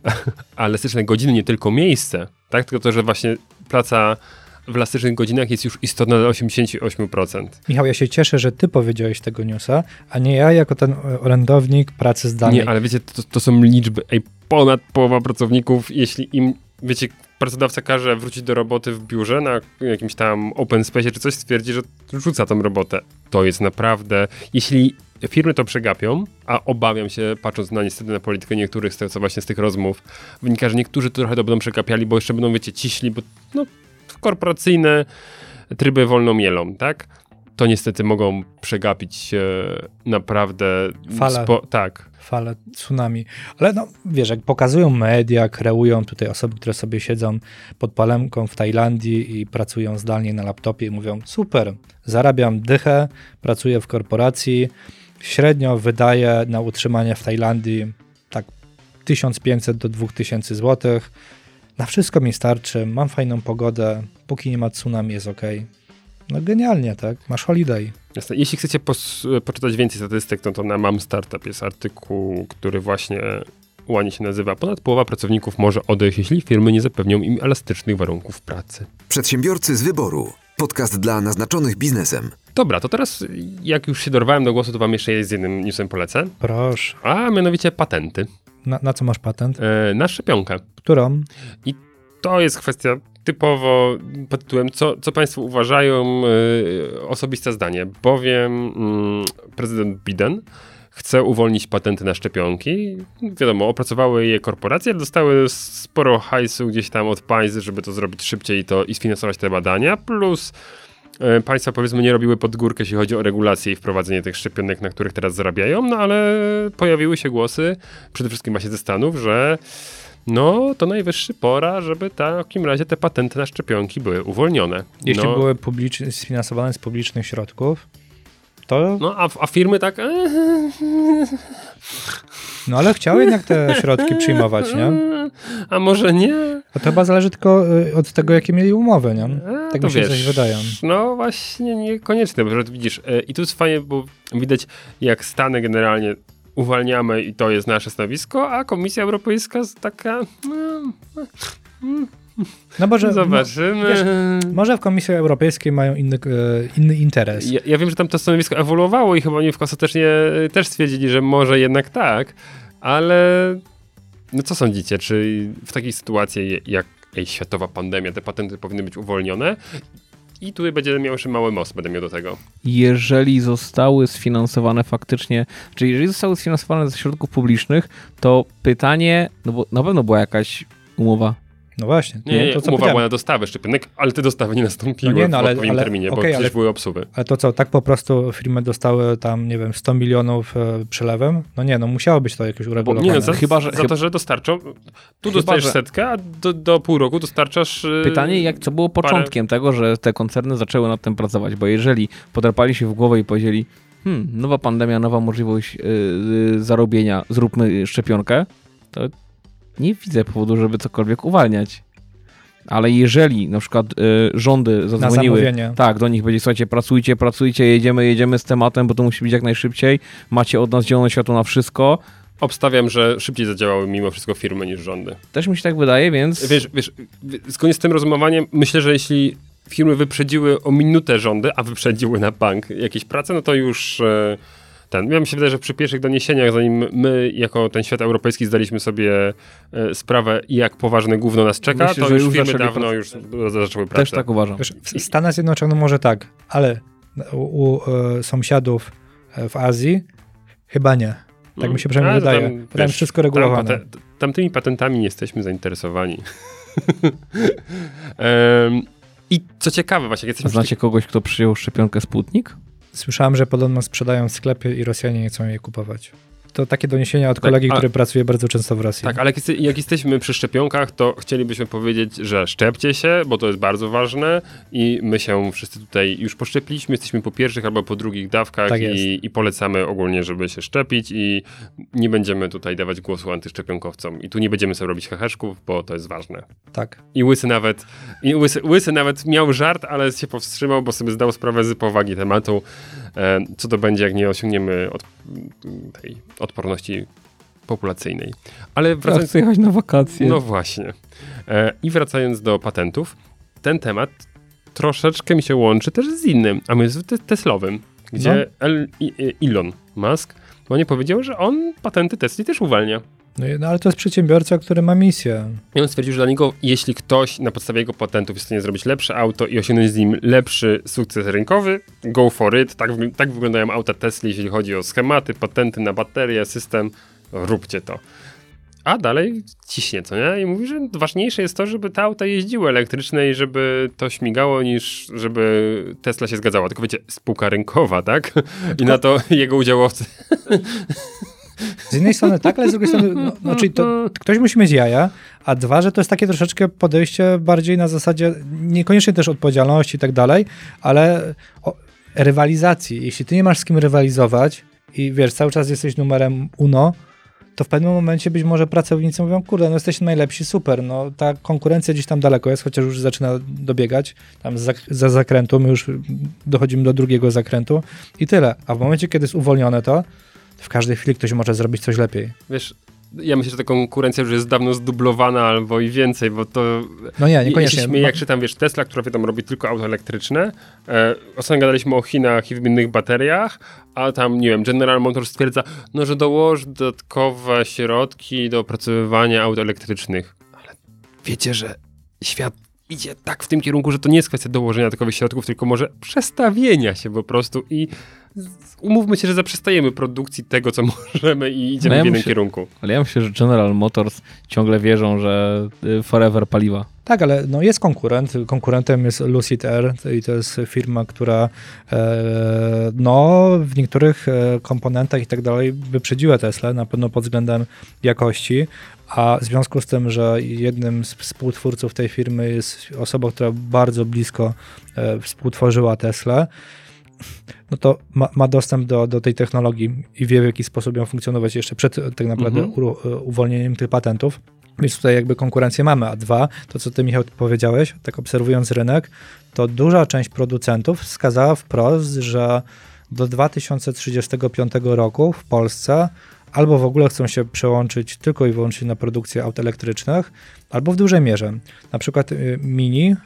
a elastyczne godziny, nie tylko miejsce, tak? Tylko to, że właśnie praca w elastycznych godzinach jest już istotna dla osiemdziesiąt osiem procent. Michał, ja się cieszę, że ty powiedziałeś tego newsa, a nie ja jako ten e, orędownik pracy zdalnej. Nie, ale wiecie, to, to są liczby. Ej, ponad połowa pracowników, jeśli im, wiecie, pracodawca każe wrócić do roboty w biurze na jakimś tam open space czy coś, stwierdzi, że rzuca tą robotę. To jest naprawdę... Jeśli firmy to przegapią, a obawiam się, patrząc na niestety na politykę niektórych, z tego, co właśnie z tych rozmów, wynika, że niektórzy to trochę to będą przegapiali, bo jeszcze będą, wiecie, ciśli, bo no, korporacyjne tryby wolno mielą, tak? To niestety mogą przegapić e, naprawdę... Fale. Spo, tak. Fale tsunami. Ale no, wiesz, jak pokazują media, kreują tutaj osoby, które sobie siedzą pod palemką w Tajlandii i pracują zdalnie na laptopie i mówią, super, zarabiam dychę, pracuję w korporacji, średnio wydaję na utrzymanie w Tajlandii tak tysiąc pięćset do dwa tysiące złotych, na wszystko mi starczy, mam fajną pogodę, póki nie ma tsunami jest okej. No genialnie, tak? Masz holiday. Jasne. Jeśli chcecie pos- poczytać więcej statystyk, no to na Mam Startup jest artykuł, który właśnie ładnie się nazywa Ponad połowa pracowników może odejść, jeśli firmy nie zapewnią im elastycznych warunków pracy. Przedsiębiorcy z wyboru. Podcast dla naznaczonych biznesem. Dobra, to teraz jak już się dorwałem do głosu, to wam jeszcze z jednym newsem polecę, Proszę. a mianowicie patenty Na, na co masz patent? e, na szczepionkę. Którą? To jest kwestia typowo pod tytułem, co, co państwo uważają, y, osobiste zdanie, bowiem y, prezydent Biden chce uwolnić patenty na szczepionki. Wiadomo, opracowały je korporacje, dostały sporo hajsu gdzieś tam od państw, żeby to zrobić szybciej i, to, i sfinansować te badania, plus y, państwa powiedzmy nie robiły pod górkę, jeśli chodzi o regulacje i wprowadzenie tych szczepionek, na których teraz zarabiają, no ale pojawiły się głosy, przede wszystkim właśnie ze Stanów, że no, to najwyższy pora, żeby w takim razie te patenty na szczepionki były uwolnione. Jeśli no, były publiczne, sfinansowane z publicznych środków, to... No, a, a firmy tak... No ale chciały jednak te środki przyjmować, nie? A może nie? No to chyba zależy tylko y, od tego, jakie mieli umowy, nie? A, Tak to mi się wiesz, coś wydaje. No właśnie niekoniecznie, bo widzisz, e, i tu jest fajnie, bo widać jak Stany generalnie uwalniamy i to jest nasze stanowisko, a Komisja Europejska jest taka... No, No może, zobaczymy. wiesz, może w Komisji Europejskiej mają inny, y, inny interes. Ja, ja wiem, że tam to stanowisko ewoluowało i chyba oni w ostatecznie też stwierdzili, że może jednak tak, ale no co sądzicie, czy w takiej sytuacji jak ej, światowa pandemia, te patenty powinny być uwolnione? I tutaj będzie miał jeszcze mały most, będę miał do tego. Jeżeli zostały sfinansowane faktycznie, czyli jeżeli zostały sfinansowane ze środków publicznych, to pytanie, no bo na pewno była jakaś umowa. No właśnie. Nie, nie, to co umowa powiedziałem. była na dostawę szczepionek, ale te dostawy nie nastąpiły No nie, no, ale- w odpowiednim ale- terminie, okej, bo ale- przecież były obsuwy. Ale to co, tak po prostu firmy dostały tam, nie wiem, sto milionów e, przelewem? No nie, no musiało być to jakoś Bo, uregulowane. nie, no, za, Chyba, że- za chyba- to, że dostarczą, tu Chyba, dostajesz że- setkę, a do, do pół roku dostarczasz... yy, Pytanie, jak co było początkiem tego, że te koncerny zaczęły nad tym pracować, bo jeżeli podrapali się w głowę i powiedzieli, hmm, nowa pandemia, nowa możliwość yy, zarobienia, zróbmy szczepionkę, to nie widzę powodu, żeby cokolwiek uwalniać. Ale jeżeli na przykład y, rządy zadzwoniły, zamówienie. tak, do nich będzie, słuchajcie, pracujcie, pracujcie, jedziemy, jedziemy z tematem, bo to musi być jak najszybciej, macie od nas zielone światło na wszystko, Obstawiam, że szybciej zadziałały mimo wszystko firmy niż rządy. też mi się tak wydaje, więc... Wiesz, wiesz, zgodnie z tym rozumowaniem, myślę, że jeśli firmy wyprzedziły o minutę rządy, a wyprzedziły na bank jakieś prace, no to już e, ten. Ja mi się wydaje, że przy pierwszych doniesieniach, zanim my jako ten świat europejski zdaliśmy sobie e, sprawę, jak poważne gówno nas czeka, Myślę, to że już już firmy zaczęli dawno prac- już zaczęły pracę. Też tak uważam. Wiesz, w Stanach Zjednoczonych może tak, ale u, u e, sąsiadów e, w Azji chyba nie. Tak mi się przynajmniej Ale wydaje. tam, Tam wiesz, wszystko regulowane. Tam, pate- tamtymi patentami nie jesteśmy zainteresowani. um, I co ciekawe, właśnie, jak jesteśmy przy Znacie kogoś, kto przyjął szczepionkę Sputnik? Słyszałem, że podobno sprzedają w sklepie i Rosjanie nie chcą jej kupować. To takie doniesienia od Tak, kolegi, a- który pracuje bardzo często w Rosji. Tak, ale jak, jest, jak jesteśmy przy szczepionkach, to chcielibyśmy powiedzieć, że szczepcie się, bo to jest bardzo ważne i my się wszyscy tutaj już poszczepiliśmy, jesteśmy po pierwszych albo po drugich dawkach Tak jest. i, i polecamy ogólnie, żeby się szczepić i nie będziemy tutaj dawać głosu antyszczepionkowcom i tu nie będziemy sobie robić heheszków, bo to jest ważne. Tak. I Łysy nawet, i Łysy, Łysy nawet miał żart, ale się powstrzymał, bo sobie zdał sprawę z powagi tematu, e, co to będzie, jak nie osiągniemy od, tej odporności populacyjnej. Ale wracając... Chcę jechać na wakacje. No właśnie. E, I wracając do patentów, ten temat troszeczkę mi się łączy też z innym, a my z te- Teslowym, gdzie No. El, I, I- Elon Musk no nie powiedział, że on patenty Tesli też uwalnia. No, i- no ale to jest przedsiębiorca, który ma misję. I on stwierdził, że dla niego, jeśli ktoś na podstawie jego patentów jest w stanie zrobić lepsze auto i osiągnąć z nim lepszy sukces rynkowy, go for it. Tak, wygl- tak wyglądają auta Tesla, jeśli chodzi o schematy, patenty na baterie, system. Róbcie to. A dalej ciśnie, co nie? I mówi, że ważniejsze jest to, żeby te auta jeździły elektryczne i żeby to śmigało, niż żeby Tesla się zgadzała. Tylko wiecie, spółka rynkowa, tak? I na to jego udziałowcy. Z jednej strony tak, ale z drugiej strony, no, no, czyli to ktoś musi mieć jaja, a dwa, że to jest takie troszeczkę podejście bardziej na zasadzie, niekoniecznie też odpowiedzialności i tak dalej, ale o, rywalizacji. Jeśli ty nie masz z kim rywalizować i wiesz, cały czas jesteś numerem uno, to w pewnym momencie być może pracownicy mówią, kurde, no jesteśmy najlepsi, super, no ta konkurencja gdzieś tam daleko jest, chociaż już zaczyna dobiegać, tam za, za zakrętu, my już dochodzimy do drugiego zakrętu i tyle. A w momencie, kiedy jest uwolnione to, w każdej chwili ktoś może zrobić coś lepiej. Wiesz, ja myślę, że ta konkurencja już jest dawno zdublowana albo i więcej, bo to... No nie, niekoniecznie. Jeśli jak czytam, wiesz, Tesla, która wiadomo robi tylko auto elektryczne, e, ostatnio gadaliśmy o Chinach i w innych bateriach, a tam, nie wiem, General Motors stwierdza, no, że dołoży dodatkowe środki do opracowywania aut elektrycznych. Ale wiecie, że świat idzie tak w tym kierunku, że to nie jest kwestia dołożenia dodatkowych środków, tylko może przestawienia się po prostu i umówmy się, że zaprzestajemy produkcji tego, co możemy i idziemy No ja w jednym myślę- kierunku. Ale ja myślę, że General Motors ciągle wierzą, że y, forever paliwa. Tak, ale no jest konkurent. Konkurentem jest Lucid Air i to jest firma, która e, no, w niektórych e, komponentach i tak dalej wyprzedziła Teslę, na pewno pod względem jakości, a w związku z tym, że jednym z współtwórców tej firmy jest osoba, która bardzo blisko e, współtworzyła Teslę, no to ma, ma dostęp do, do tej technologii i wie, w jaki sposób ją funkcjonować jeszcze przed tak naprawdę Mhm. u, uwolnieniem tych patentów. Więc tutaj jakby konkurencję mamy, a dwa, to co ty, Michał, powiedziałeś, tak obserwując rynek, to duża część producentów wskazała wprost, że do dwa tysiące trzydziestego piątego roku w Polsce albo w ogóle chcą się przełączyć tylko i wyłącznie na produkcję aut elektrycznych, albo w dużej mierze. Na przykład y, Mini e,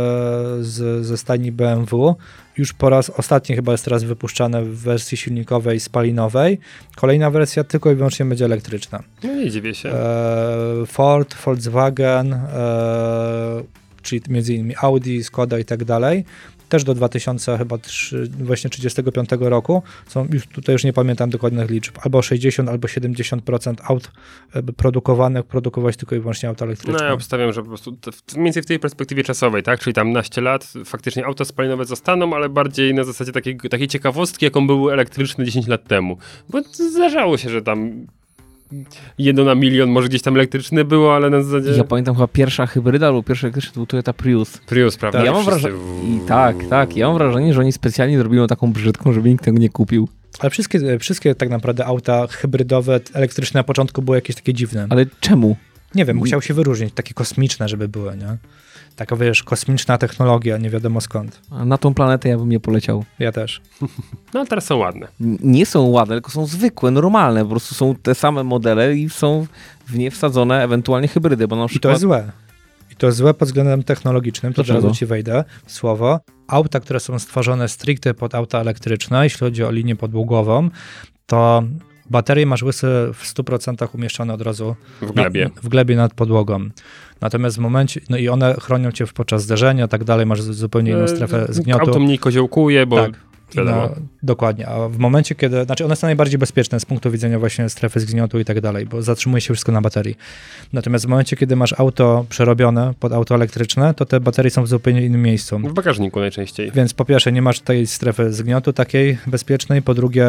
z, ze stajni B M W już po raz ostatni chyba jest teraz wypuszczane w wersji silnikowej spalinowej. Kolejna wersja tylko i wyłącznie będzie elektryczna. No nie dziwię się. E, Ford, Volkswagen, e, czyli między innymi Audi, Skoda i tak dalej, też do dwa tysiące chyba właśnie trzydziestego piątego roku są, już tutaj już nie pamiętam dokładnych liczb, albo sześćdziesiąt, albo siedemdziesiąt procent aut produkowanych produkować tylko i wyłącznie auta elektryczne. No ja obstawiam, że po prostu w, mniej więcej w tej perspektywie czasowej, tak, czyli tam naście lat faktycznie auta spalinowe zostaną, ale bardziej na zasadzie takiej, takiej ciekawostki, jaką były elektryczne dziesięć lat temu. Bo zdarzało się, że tam jedno na milion może gdzieś tam elektryczne było, ale na zasadzie... Ja pamiętam chyba pierwsza hybryda lub pierwszy elektryczny to był Toyota Prius. Prius, prawda? Tak, ja mam wrażenie... I tak, tak. Ja mam wrażenie, że oni specjalnie zrobiły taką brzydką, żeby nikt tego nie kupił. Ale wszystkie, wszystkie tak naprawdę auta hybrydowe, elektryczne na początku były jakieś takie dziwne. Ale czemu? Nie wiem, musiał się wyróżnić, takie kosmiczne, żeby były, nie? Taka, wiesz, kosmiczna technologia, nie wiadomo skąd. A na tą planetę ja bym nie poleciał. Ja też. No ale teraz są ładne. Nie są ładne, tylko są zwykłe, normalne. Po prostu są te same modele i są w nie wsadzone ewentualnie hybrydy, bo na przykład... I to jest złe. I to jest złe pod względem technologicznym, to Dlaczego? teraz ci wejdę w słowo. Auta, które są stworzone stricte pod auta elektryczne, jeśli chodzi o linię podłogową, to baterie masz łysy w stu procentach umieszczone od razu W glebie. Na, w glebie nad podłogą. Natomiast w momencie, no i one chronią cię podczas zderzenia, tak dalej, masz zupełnie inną strefę zgniotu. Auto mniej koziołkuje, bo tak. wiadomo. No, dokładnie, a w momencie, kiedy, znaczy one są najbardziej bezpieczne z punktu widzenia właśnie strefy zgniotu i tak dalej, bo zatrzymuje się wszystko na baterii. Natomiast w momencie, kiedy masz auto przerobione pod auto elektryczne, to te baterie są w zupełnie innym miejscu. W bagażniku najczęściej. Więc po pierwsze nie masz tej strefy zgniotu takiej bezpiecznej, po drugie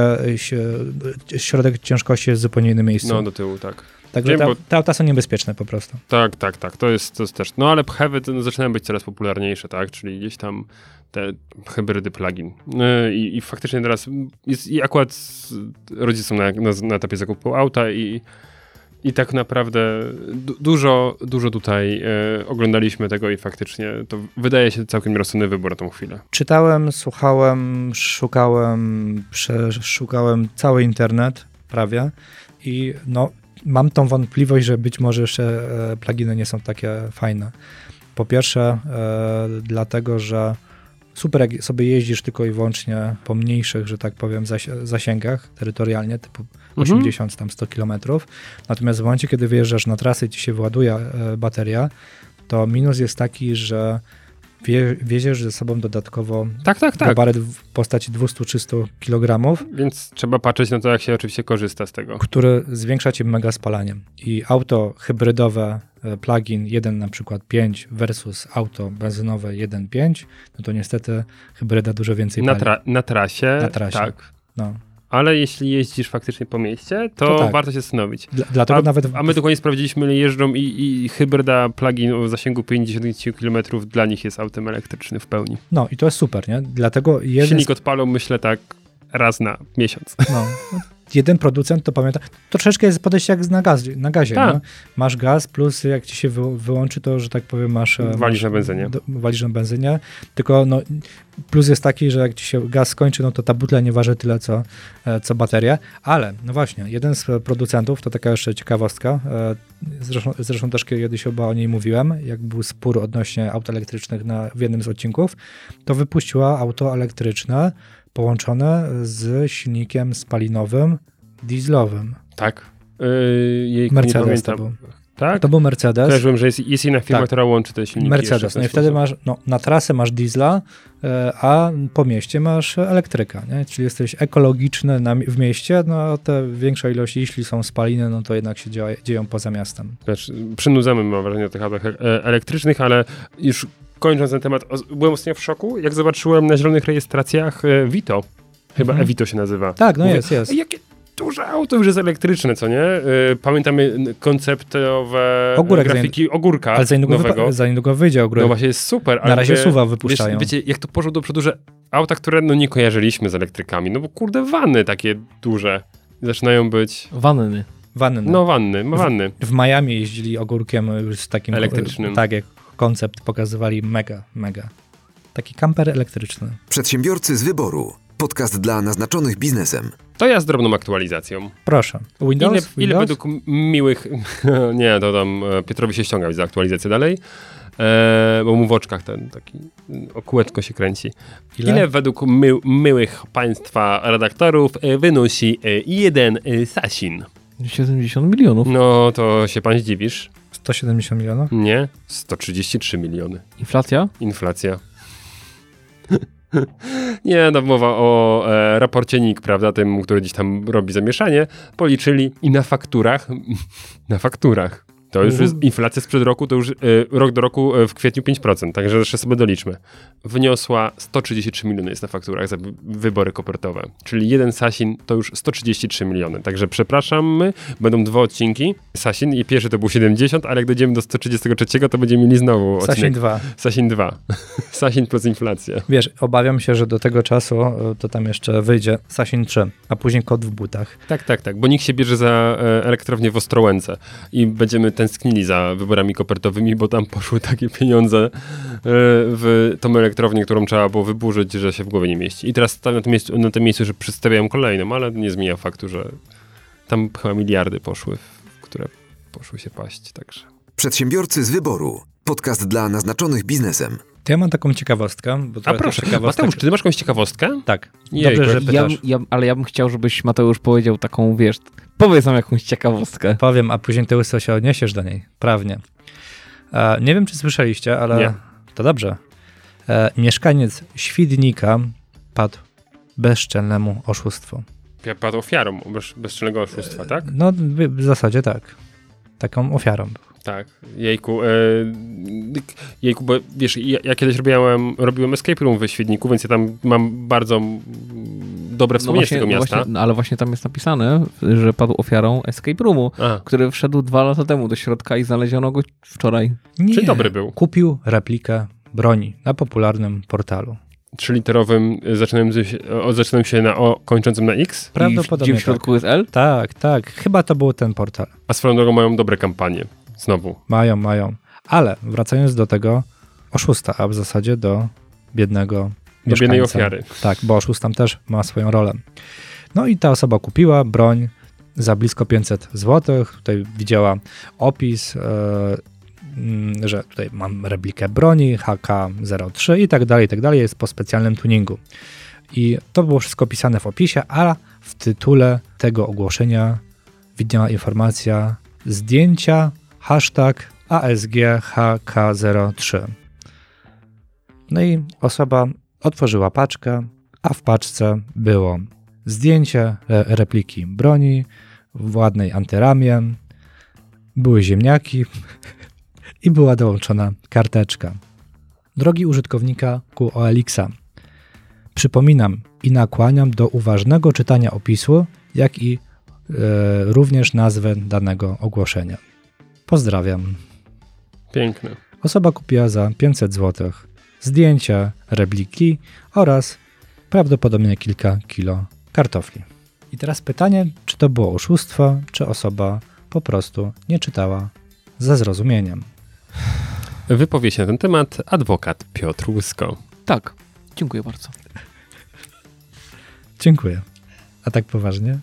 środek ciężkości jest w zupełnie innym miejscu. No do tyłu, tak. Także Wiem, te, bo- te auta są niebezpieczne po prostu. Tak, tak, tak. To jest, to jest też. No ale heavy no, zaczynają być coraz popularniejsze, tak? Czyli gdzieś tam te hybrydy plug-in. Yy, I, I faktycznie teraz jest, i akurat rodzice są na, na, na etapie zakupu auta i, i tak naprawdę du, dużo, dużo tutaj yy, oglądaliśmy tego i faktycznie to wydaje się całkiem rozsądny wybór na tą chwilę. Czytałem, słuchałem, szukałem, przeszukałem cały internet prawie i no mam tą wątpliwość, że być może jeszcze e, pluginy nie są takie fajne. Po pierwsze e, dlatego, że super jak sobie jeździsz tylko i wyłącznie po mniejszych, że tak powiem, zasi- zasięgach terytorialnie, typu osiemdziesiąt, tam sto kilometrów. Natomiast w momencie, kiedy wyjeżdżasz na trasę i ci się wyładuje e, bateria, to minus jest taki, że wie, wieziesz ze sobą dodatkowo Tak, tak, tak. gabaryt w postaci dwieście do trzystu kilogramów, Więc trzeba patrzeć na to, jak się oczywiście korzysta z tego. który zwiększa ci mega spalanie. I auto hybrydowe, e, plug-in jeden na przykład pięć versus auto benzynowe jeden pięć, no to niestety hybryda dużo więcej Na, pali. tra- na trasie, Na trasie. tak. No. Ale jeśli jeździsz faktycznie po mieście, to, To tak. warto się zastanowić. Dla, dlatego A, nawet... a my dokładnie sprawdziliśmy, ile jeżdżą i, i hybryda plug-in o zasięgu pięćdziesiąt kilometrów dla nich jest autem elektrycznym w pełni. No i to jest super, nie? Dlatego jeden, Silnik odpalą, myślę tak, raz na miesiąc. no, jeden producent to pamięta. To troszeczkę jest podejście jak na, gaz, na gazie. Tak. Nie? Masz gaz, plus jak ci się wy, wyłączy, to, że tak powiem, masz... e, Walisz masz, na benzynie. Do, walisz na benzynie. Tylko no, plus jest taki, że jak ci się gaz skończy, no to ta butla nie waży tyle, co, e, co bateria. Ale, no właśnie, jeden z producentów, to taka jeszcze ciekawostka, e, zresztą, zresztą też kiedyś chyba o niej mówiłem, jak był spór odnośnie aut elektrycznych na, w jednym z odcinków, to wypuściła auto elektryczne połączone z silnikiem spalinowym, dieslowym. Tak. Yy, jejku, Mercedes nie to pamiętam. był. Tak? To był Mercedes. Kojarzyłem, że jest, jest inna firma, Tak. która łączy te silniki. Mercedes. jeszcze w No ten i wtedy sposób. masz, no, na trasę masz diesla, e, a po mieście masz elektryka, nie? Czyli jesteś ekologiczny na, w mieście, no a te większa ilość, jeśli są spaliny, no to jednak się dzieje, dzieją poza miastem. Wiesz, przynudzamy, mam wrażenie, o tych autach e, elektrycznych, ale już kończąc ten temat, o, byłem ostatnio w szoku, jak zobaczyłem na zielonych rejestracjach e, Vito. Chyba Mhm. e-Vito się nazywa. Tak, no Mówię, jest, jest. "Ej, jakie duże auto już jest elektryczne, co nie? Y, pamiętamy konceptowe Ogórek grafiki ogórka Ale za niedługo, nowego. wypa- za niedługo wyjdzie ogórek. No właśnie jest super. Na ale razie mówię, suwa wiesz, wypuszczają. wiecie, jak to poszło do przodu, że auta, które no nie kojarzyliśmy z elektrykami, no bo kurde wanny takie duże zaczynają być, Wanny. Wanny. no wanny, no wanny. W Miami jeździli ogórkiem już z takim... Elektrycznym. Tak, jak koncept pokazywali, mega, mega. Taki kamper elektryczny. Przedsiębiorcy z wyboru. Podcast dla naznaczonych biznesem. To ja z drobną aktualizacją. Proszę. Windows? Ile, Windows? ile według m- miłych, nie, to tam e, Piotrowi się ściąga za aktualizację dalej, e, bo mu w oczkach ten taki o kółeczko się kręci. Ile, Ile? według my, miłych państwa redaktorów e, wynosi e, jeden e, Sasin? siedemdziesiąt milionów. No to się pan zdziwisz. sto siedemdziesiąt milionów? Nie, sto trzydzieści trzy miliony. Inflacja? Inflacja. Nie, no mowa o e, raporcie N I K, prawda, tym, który gdzieś tam robi zamieszanie, policzyli i na fakturach, na fakturach, to już jest inflacja sprzed roku, to już e, rok do roku e, w kwietniu pięć procent, także jeszcze sobie doliczmy. Wyniosła sto trzydzieści trzy miliony jest na fakturach za wybory kopertowe, czyli jeden Sasin to już sto trzydzieści trzy miliony, także przepraszamy, będą dwa odcinki Sasin i pierwszy to był siedemdziesiąt, ale jak dojdziemy do sto trzydzieści trzy to będziemy mieli znowu odcinek. Sasin dwa. Sasin dwa. Sasin plus inflacja. Wiesz, obawiam się, że do tego czasu to tam jeszcze wyjdzie Sasin trzy, a później kot w butach. Tak, tak, tak, bo nikt się bierze za e, elektrownię w Ostrołęce i będziemy tęsknili za wyborami kopertowymi, bo tam poszły takie pieniądze e, w tą elektrownię, którą trzeba było wyburzyć, że się w głowie nie mieści. I teraz tam na tym miejscu, na tym miejscu że przedstawiają kolejną, ale nie zmienia faktu, że tam chyba miliardy poszły, w które poszły się paść, także. Przedsiębiorcy z wyboru. Podcast dla naznaczonych biznesem. To ja mam taką ciekawostkę. Bo A proszę, Mateusz, czy ty masz jakąś ciekawostkę? Tak. Jejku, Dobrze, że Ja, pytasz. ja, ale ja bym chciał, żebyś, Mateusz, powiedział taką, wiesz, powiedz nam jakąś ciekawostkę. Powiem, a później ty łyso się odniesiesz do niej. Prawnie. E, nie wiem, czy słyszeliście, ale Nie. to dobrze. E, mieszkaniec Świdnika padł bezczelnemu oszustwu. Ja padł ofiarą bez, bezczelnego oszustwa, tak? No, w, w zasadzie tak. Taką ofiarą był. Tak, jejku, e, jejku, bo wiesz, ja, ja kiedyś robiłem, robiłem escape room we Świdniku, więc ja tam mam bardzo mm, dobre wspomnienie z tego no miasta. właśnie, no ale właśnie tam jest napisane, że padł ofiarą escape roomu, A, który wszedł dwa lata temu do środka i znaleziono go wczoraj. Nie. czyli dobry był. Kupił replikę broni na popularnym portalu. Trzyliterowym, y, zaczynającym się, o, zaczynającym się na O, kończącym na X, Prawdopodobnie I w, gdzie w środku jest L? Tak, tak. Chyba to był ten portal. a swoją drogą mają dobre kampanie. Znowu. Mają, mają. Ale wracając do tego oszusta, a w zasadzie do biednego Do biednej mieszkańca. ofiary. Tak, bo oszust tam też ma swoją rolę. No i ta osoba kupiła broń za blisko pięćset złotych. Tutaj widziała opis, e, mm, że tutaj mam replikę broni H K zero trzy i tak dalej, i tak dalej. Jest po specjalnym tuningu. I to było wszystko opisane w opisie, a w tytule tego ogłoszenia widniała informacja zdjęcia hashtag A S G H K zero trzy. No i osoba otworzyła paczkę, a w paczce było zdjęcie re- repliki broni w ładnej antyramie, były ziemniaki i była dołączona karteczka. Drogi użytkownika Q O L X-a, przypominam i nakłaniam do uważnego czytania opisu, jak i e, również nazwy danego ogłoszenia. Pozdrawiam. Piękne. Osoba kupiła za pięćset złotych zdjęcia repliki oraz prawdopodobnie kilka kilo kartofli. I teraz pytanie, czy to było oszustwo, czy osoba po prostu nie czytała ze zrozumieniem. Wypowie się na ten temat adwokat Piotr Łysko. Tak, dziękuję bardzo. Dziękuję. A tak poważnie?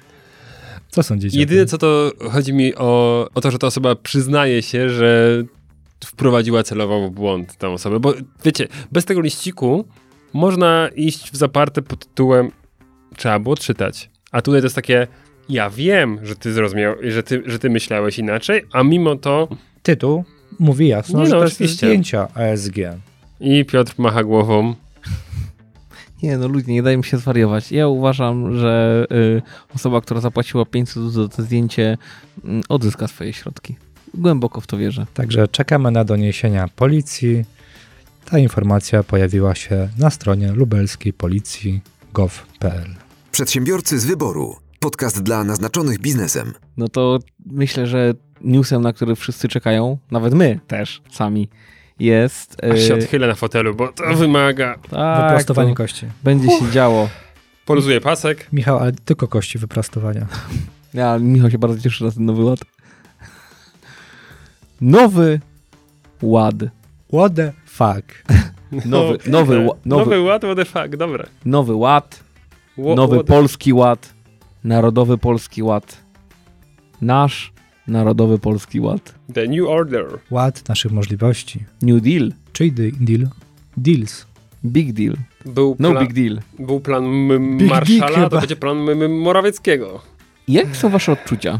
Co sądzicie? Jedyne co to chodzi mi o, o to, że ta osoba przyznaje się, że wprowadziła celowo w błąd tę osobę, bo wiecie, bez tego liściku można iść w zaparte pod tytułem trzeba było czytać, a tutaj to jest takie ja wiem, że ty zrozumiał, że ty, że ty myślałeś inaczej, a mimo to Tytuł mówi jasno, Nie że no, to jest oczywiście. zdjęcia A S G. i Piotr macha głową. Nie no, ludzie, nie daj mi się zwariować. Ja uważam, że y, osoba, która zapłaciła pięćset za to zdjęcie, y, odzyska swoje środki. Głęboko w to wierzę. Także czekamy na doniesienia policji. Ta informacja pojawiła się na stronie lubelskiej policji gov kropka p l. Przedsiębiorcy z wyboru. Podcast dla naznaczonych biznesem. No to myślę, że newsem, na który wszyscy czekają, nawet my też sami, jest... Aż się y, odchylę na fotelu, bo to wymaga. tak, Wyprostowanie to kości. będzie się działo. Poluzuję pasek. Michał, ale tylko kości wyprostowania. Ja, Michał się bardzo cieszy na ten nowy ład. Nowy ład. What the fuck? Nowy, nowy, ła- nowy, nowy ład, what the fuck, dobra. nowy ład. Ło- Nowy what- polski ład. Narodowy polski ład. Nasz narodowy polski ład. The New Order. Ład naszych możliwości. New deal. Czyli de- deal? Deals. Big deal. Był, No pla- big deal. był plan m- Big Marszala, dick to chyba. będzie plan m- m- Morawieckiego. Jak są wasze odczucia?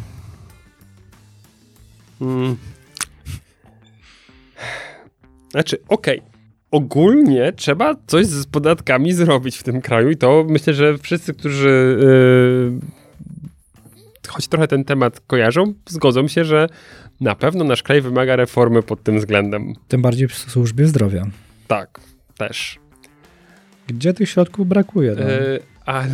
Mm. Znaczy, okej. ogólnie trzeba coś z podatkami zrobić w tym kraju i to myślę, że wszyscy, którzy yy, choć trochę ten temat kojarzą, zgodzą się, że na pewno nasz kraj wymaga reformy pod tym względem. Tym bardziej w służbie zdrowia. Tak, też. Gdzie tych środków brakuje? No? Yy, ale...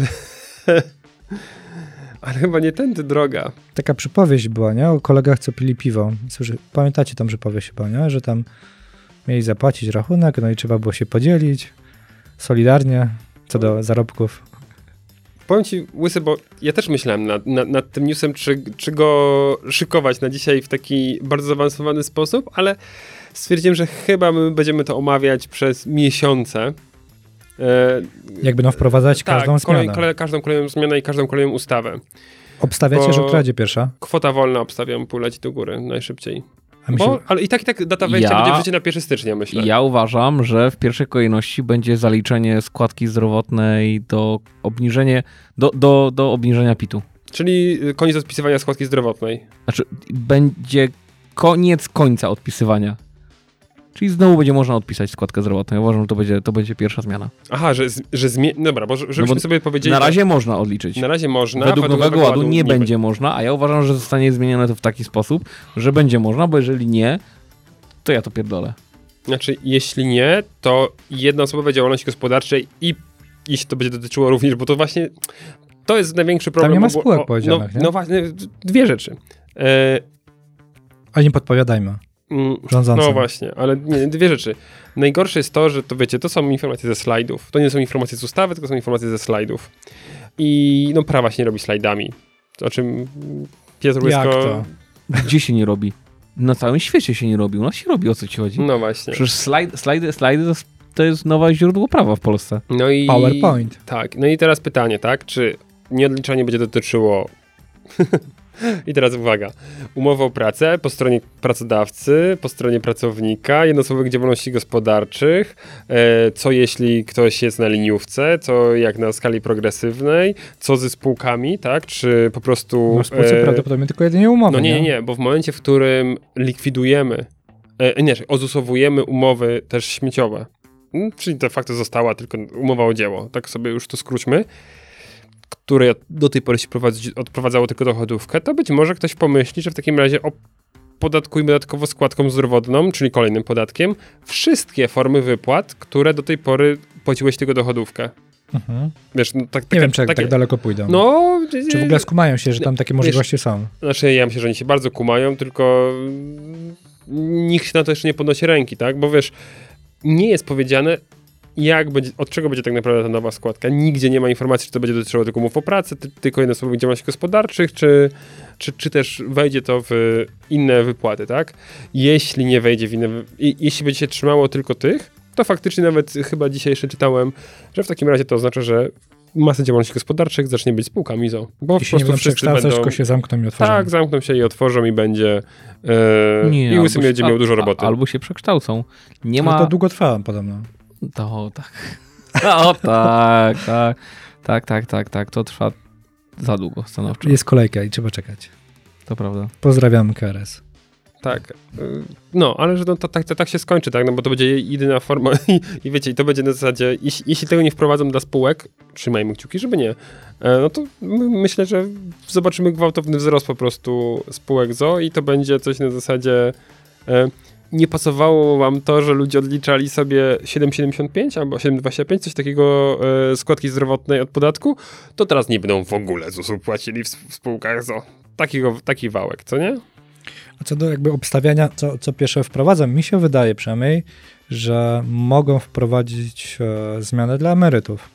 ale chyba nie tędy droga. Taka przypowieść była, nie? O kolegach, co pili piwo. Słyszy, pamiętacie tą przypowieść chyba, nie? Że tam mieli zapłacić rachunek, no i trzeba było się podzielić solidarnie co do zarobków. Powiem ci, Łysy, bo ja też myślałem nad, nad, nad tym newsem, czy, czy go szykować na dzisiaj w taki bardzo zaawansowany sposób, ale stwierdziłem, że chyba my będziemy to omawiać przez miesiące. E, Jak będą wprowadzać tak, każdą kolej, zmianę. Kolej, każdą kolejną zmianę i każdą kolejną ustawę. Obstawiacie, bo że która będzie pierwsza? Kwota wolna obstawiam, poleci do góry najszybciej. A mi Bo, się... ale i tak i tak data wejścia Ja- będzie w życie na pierwszego stycznia, myślę. Ja uważam, że w pierwszej kolejności będzie zaliczenie składki zdrowotnej do obniżenia, do, do, do obniżenia pitu. Czyli koniec odpisywania składki zdrowotnej. Znaczy, będzie koniec końca odpisywania. Czyli znowu będzie można odpisać składkę zdrowotną. Ja uważam, że to będzie, to będzie pierwsza zmiana. Aha, że, z- że zmie... Dobra, bo żebyśmy No bo sobie powiedzieli... Na że- razie można odliczyć. Na razie można. Według Nowego Ładu nie będzie można, a ja uważam, że zostanie zmienione to w taki sposób, że będzie można, bo jeżeli nie, to ja to pierdolę. Znaczy, jeśli nie, to jednoosobowe działalności gospodarczej i jeśli to będzie dotyczyło również, bo to właśnie to jest największy problem. nie ma bo- spółek o, powiedzianych, no, nie? no właśnie, dwie rzeczy. E, Ale nie podpowiadajmy mm, rządzącym. no właśnie, ale nie, dwie rzeczy. Najgorsze jest to, że to wiecie, to są informacje ze slajdów. To nie są informacje z ustawy, tylko są informacje ze slajdów. I no prawa się nie robi slajdami. O czym Piotr Jak Łysko... to? Gdzie się nie robi? Na całym świecie się nie robi. U nas się robi, o co ci chodzi. No właśnie. Przecież slajd, slajdy, slajdy to, jest- to jest nowe źródło prawa w Polsce. No i... PowerPoint. Tak, no i teraz pytanie, tak? Czy nieodliczanie będzie dotyczyło... I teraz uwaga. Umowy o pracę po stronie pracodawcy, po stronie pracownika, jednoosobowych działalności gospodarczych, e, co jeśli ktoś jest na liniówce, co jak na skali progresywnej, co ze spółkami, tak? Czy po prostu... No w spółce e, prawdopodobnie tylko jedynie umowy, No nie, nie, nie, bo w momencie, w którym likwidujemy, e, nie, odusowujemy umowy też śmieciowe, mm, czyli de facto została tylko umowa o dzieło, tak sobie już to skróćmy, które do tej pory się prowadzi, odprowadzało tylko dochodówkę, to być może ktoś pomyśli, że w takim razie opodatkujmy dodatkowo składką zdrowotną, czyli kolejnym podatkiem, wszystkie formy wypłat, które do tej pory płaciłeś tylko dochodówkę. Mhm. Wiesz, no, tak, Nie taka- wiem, czy takie, tak daleko pójdą. No, Czy w ogóle skumają się, że tam takie Wiesz, możliwości są? Znaczy, ja myślę, że oni się bardzo kumają, tylko mm, nikt się na to jeszcze nie podnosi ręki, tak? Bo wiesz, nie jest powiedziane, jak będzie, od czego będzie tak naprawdę ta nowa składka. Nigdzie nie ma informacji, czy to będzie dotyczyło tylko umów o pracę, ty, tylko jednoosobowych działalności gospodarczych, czy, czy, czy też wejdzie to w inne wypłaty, tak? Jeśli nie wejdzie w inne, wy- i, jeśli będzie się trzymało tylko tych, to faktycznie nawet chyba dzisiaj jeszcze czytałem, że w takim razie to oznacza, że masa działalności gospodarczych zacznie być spółkami z o o. Bo I po się nie prostu będą wszyscy przekształcać, będą... tylko się zamkną i otworzą. Tak, zamkną się i otworzą i będzie... E, Nie, I Łysy albo będzie się- miał dużo a- roboty. Albo się przekształcą. Nie Ale ma... to długo trwa podobno. To tak. O tak, tak. Tak, tak, tak, tak. To trwa za długo stanowczo. Jest kolejka i trzeba czekać. To prawda. Pozdrawiam K R S. Tak. Y, No, ale że no, to, tak, to tak się skończy, tak? No bo to będzie jedyna forma i, i wiecie, i to będzie na zasadzie, jeśli, jeśli tego nie wprowadzą dla spółek, trzymajmy kciuki, żeby nie, e, no to my, myślę, że zobaczymy gwałtowny wzrost po prostu spółek z o o i to będzie coś na zasadzie e, nie pasowało wam to, że ludzie odliczali sobie siedem przecinek siedemdziesiąt pięć albo siedem przecinek dwadzieścia pięć, coś takiego e, składki zdrowotnej od podatku, to teraz nie będą w ogóle z usług płacili w, w spółkach z o o. Takiego, taki wałek, co nie? A co do jakby obstawiania, co, co pierwsze wprowadzam, mi się wydaje przynajmniej, że mogą wprowadzić e, zmianę dla emerytów.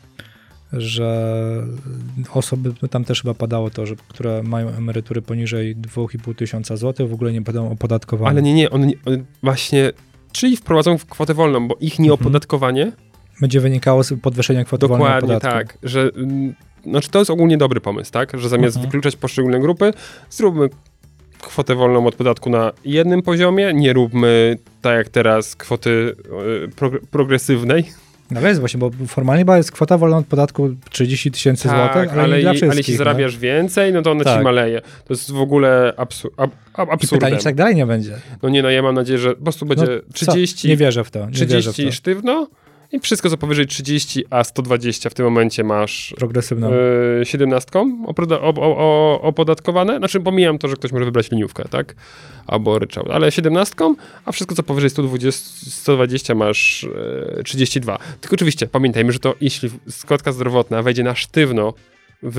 Że osoby, tam też chyba padało to, że które mają emerytury poniżej dwa i pół tysiąca złotych w ogóle nie będą opodatkowane. Ale nie, nie, on, nie- on właśnie, czyli wprowadzą w kwotę wolną, bo ich nieopodatkowanie, Będzie wynikało z podwyższenia kwoty wolnej od dokładnie podatku. tak, że, mm, znaczy to jest ogólnie dobry pomysł, tak, że zamiast Mhm. wykluczać poszczególne grupy, zróbmy kwotę wolną od podatku na jednym poziomie, nie róbmy tak jak teraz kwoty e, prog- progresywnej, No ale jest właśnie, bo formalnie chyba jest kwota wolna od podatku trzydzieści tysięcy Tak, złotych, ale, ale, nie dla je, wszystkich. ale jeśli no. zarabiasz więcej, no to ona Tak. ci maleje. To jest w ogóle absu ab, ab, I absurdem. pytanie, czy tak dalej nie będzie. No nie, no ja mam nadzieję, że po prostu będzie No, trzydzieści, co? Nie wierzę w to. Nie wierzę w trzydzieści to. sztywno i wszystko co powyżej trzydzieści, a sto dwadzieścia w tym momencie masz Progresywną. yy, siedemnastką opoda- o, o, o, opodatkowane. Znaczy pomijam to, że ktoś może wybrać liniówkę, tak? Albo ryczałt, ale siedemnastką, a wszystko co powyżej sto dwadzieścia, sto dwadzieścia masz yy, trzydzieści dwa. Tylko oczywiście pamiętajmy, że to jeśli składka zdrowotna wejdzie na sztywno w,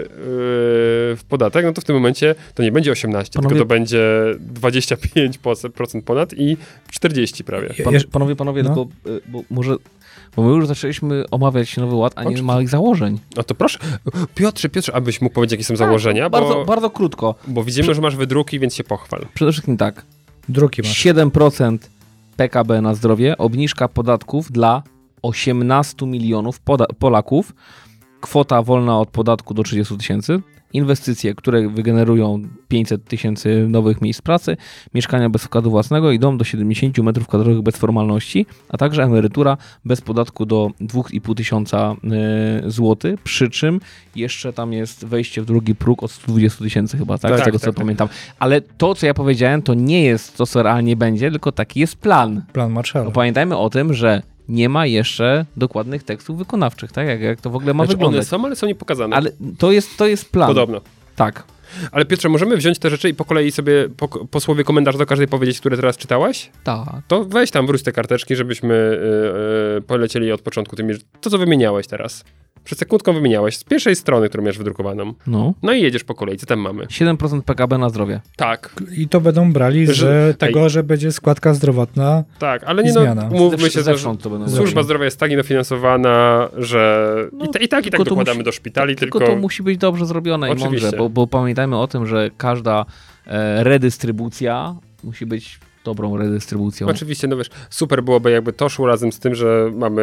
yy, w podatek, no to w tym momencie to nie będzie osiemnaście, Panowie- tylko to będzie dwadzieścia pięć procent ponad i czterdzieści prawie. Je- Pan, jeż- panowie, panowie, no. tylko y, bo może... Bo my już zaczęliśmy omawiać Nowy Ład, a nie Oczywiście. małych założeń. No to proszę, Piotrze, Piotrze, abyś mógł powiedzieć, jakie są założenia, Bardzo, bo, bardzo krótko. bo widzimy, że masz wydruki, więc się pochwal. Przede wszystkim tak. Druki masz. siedem procent P K B na zdrowie, obniżka podatków dla osiemnastu milionów poda- Polaków, kwota wolna od podatku do trzydziestu tysięcy, inwestycje, które wygenerują pięćset tysięcy nowych miejsc pracy, mieszkania bez wkładu własnego i dom do siedemdziesięciu metrów kwadratowych bez formalności, a także emerytura bez podatku do dwa i pół tysiąca y, złotych, przy czym jeszcze tam jest wejście w drugi próg od stu dwudziestu tysięcy chyba, tak? Tak, Z tego tak, co tak, tak. pamiętam. Ale to, co ja powiedziałem, to nie jest to, co realnie będzie, tylko taki jest plan. Plan Marshalla. Bo pamiętajmy o tym, że nie ma jeszcze dokładnych tekstów wykonawczych, tak? Jak, jak to w ogóle ma Znaczy one wyglądać. są, ale są niepokazane. Ale to jest, to jest plan. Podobno. Tak. Ale Piotrze, możemy wziąć te rzeczy i po kolei sobie po, po słowie komentarz do każdej powiedzieć, które teraz czytałeś? Tak. To weź tam, wróć te karteczki, żebyśmy yy, yy, polecieli od początku tymi, to co wymieniałeś teraz. Przed sekundką wymieniałeś z pierwszej strony, którą miałeś wydrukowaną. No. No i jedziesz po kolei, co tam mamy? siedem procent P K B na zdrowie. Tak, I to będą brali z Że- tego, że będzie składka zdrowotna. tak, ale I nie zmiana. no, mówmy Zewsz- się, że zewsząd to będą służba zrobione. zdrowia jest tak niedofinansowana, że No, i, ta, i tak i tylko tak to dokładamy musi- do szpitali, Tylko, tylko... to musi być dobrze zrobione i Oczywiście. mądrze, bo, bo pamiętajmy o tym, że każda e, redystrybucja musi być dobrą redystrybucją. Oczywiście, no wiesz, super byłoby jakby to szło razem z tym, że mamy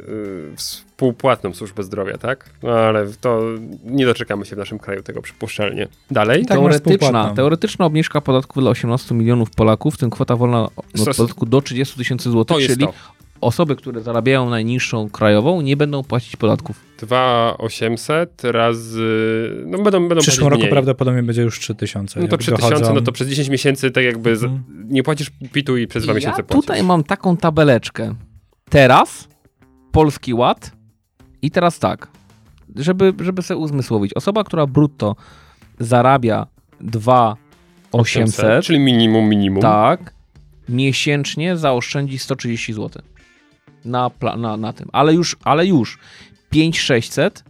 y, współpłatną służbę zdrowia, tak? No ale to nie doczekamy się w naszym kraju tego przypuszczalnie. Dalej? I tak masz Teoretyczna, współpłatną. teoretyczna obniżka podatku dla osiemnastu milionów Polaków, w tym kwota wolna od Stos- podatku do trzydziestu tysięcy złotych, To jest czyli to. osoby, które zarabiają najniższą krajową, nie będą płacić podatków. dwa tysiące osiemset razy... No będą, będą W przyszłym płacić roku mniej. prawdopodobnie będzie już trzy tysiące. No to jak trzy tysiące, dochodzą. no to przez dziesięć miesięcy tak jakby z, Mhm. nie płacisz pitu i przez dwa I miesiące ja płacisz. tutaj mam taką tabeleczkę. Teraz Polski Ład i teraz tak, żeby, żeby sobie uzmysłowić. Osoba, która brutto zarabia dwa tysiące osiemset, Czyli minimum, minimum. tak, miesięcznie zaoszczędzi sto trzydzieści złotych na, pla- na, na tym. Ale już, ale już pięć tysięcy sześćset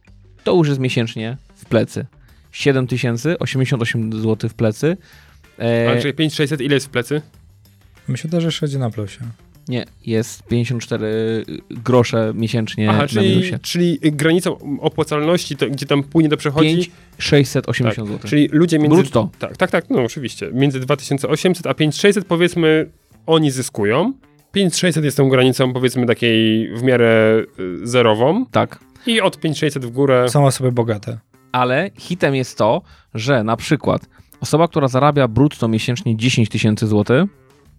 to już jest miesięcznie w plecy. siedem tysięcy osiemdziesiąt osiem złotych w plecy. E, Ale czyli pięć tysięcy sześćset, ile jest w plecy? Mi się wydaje, że jeszcze będzie na plusie. Nie, jest pięćdziesiąt cztery grosze miesięcznie Aha, na czyli, minusie. czyli granicą opłacalności, to, gdzie tam płynie to przechodzi... pięć tysięcy sześćset tak, osiemdziesiąt złotych. czyli ludzie między... Brutto. Tak, tak, tak, no oczywiście. Między dwa tysiące osiemset a pięć tysięcy sześćset powiedzmy oni zyskują. pięć tysięcy sześćset jest tą granicą powiedzmy takiej w miarę y, zerową Tak. i od pięć tysięcy sześćset w górę... Są osoby bogate. Ale hitem jest to, że na przykład osoba, która zarabia brutto miesięcznie dziesięć tysięcy złotych,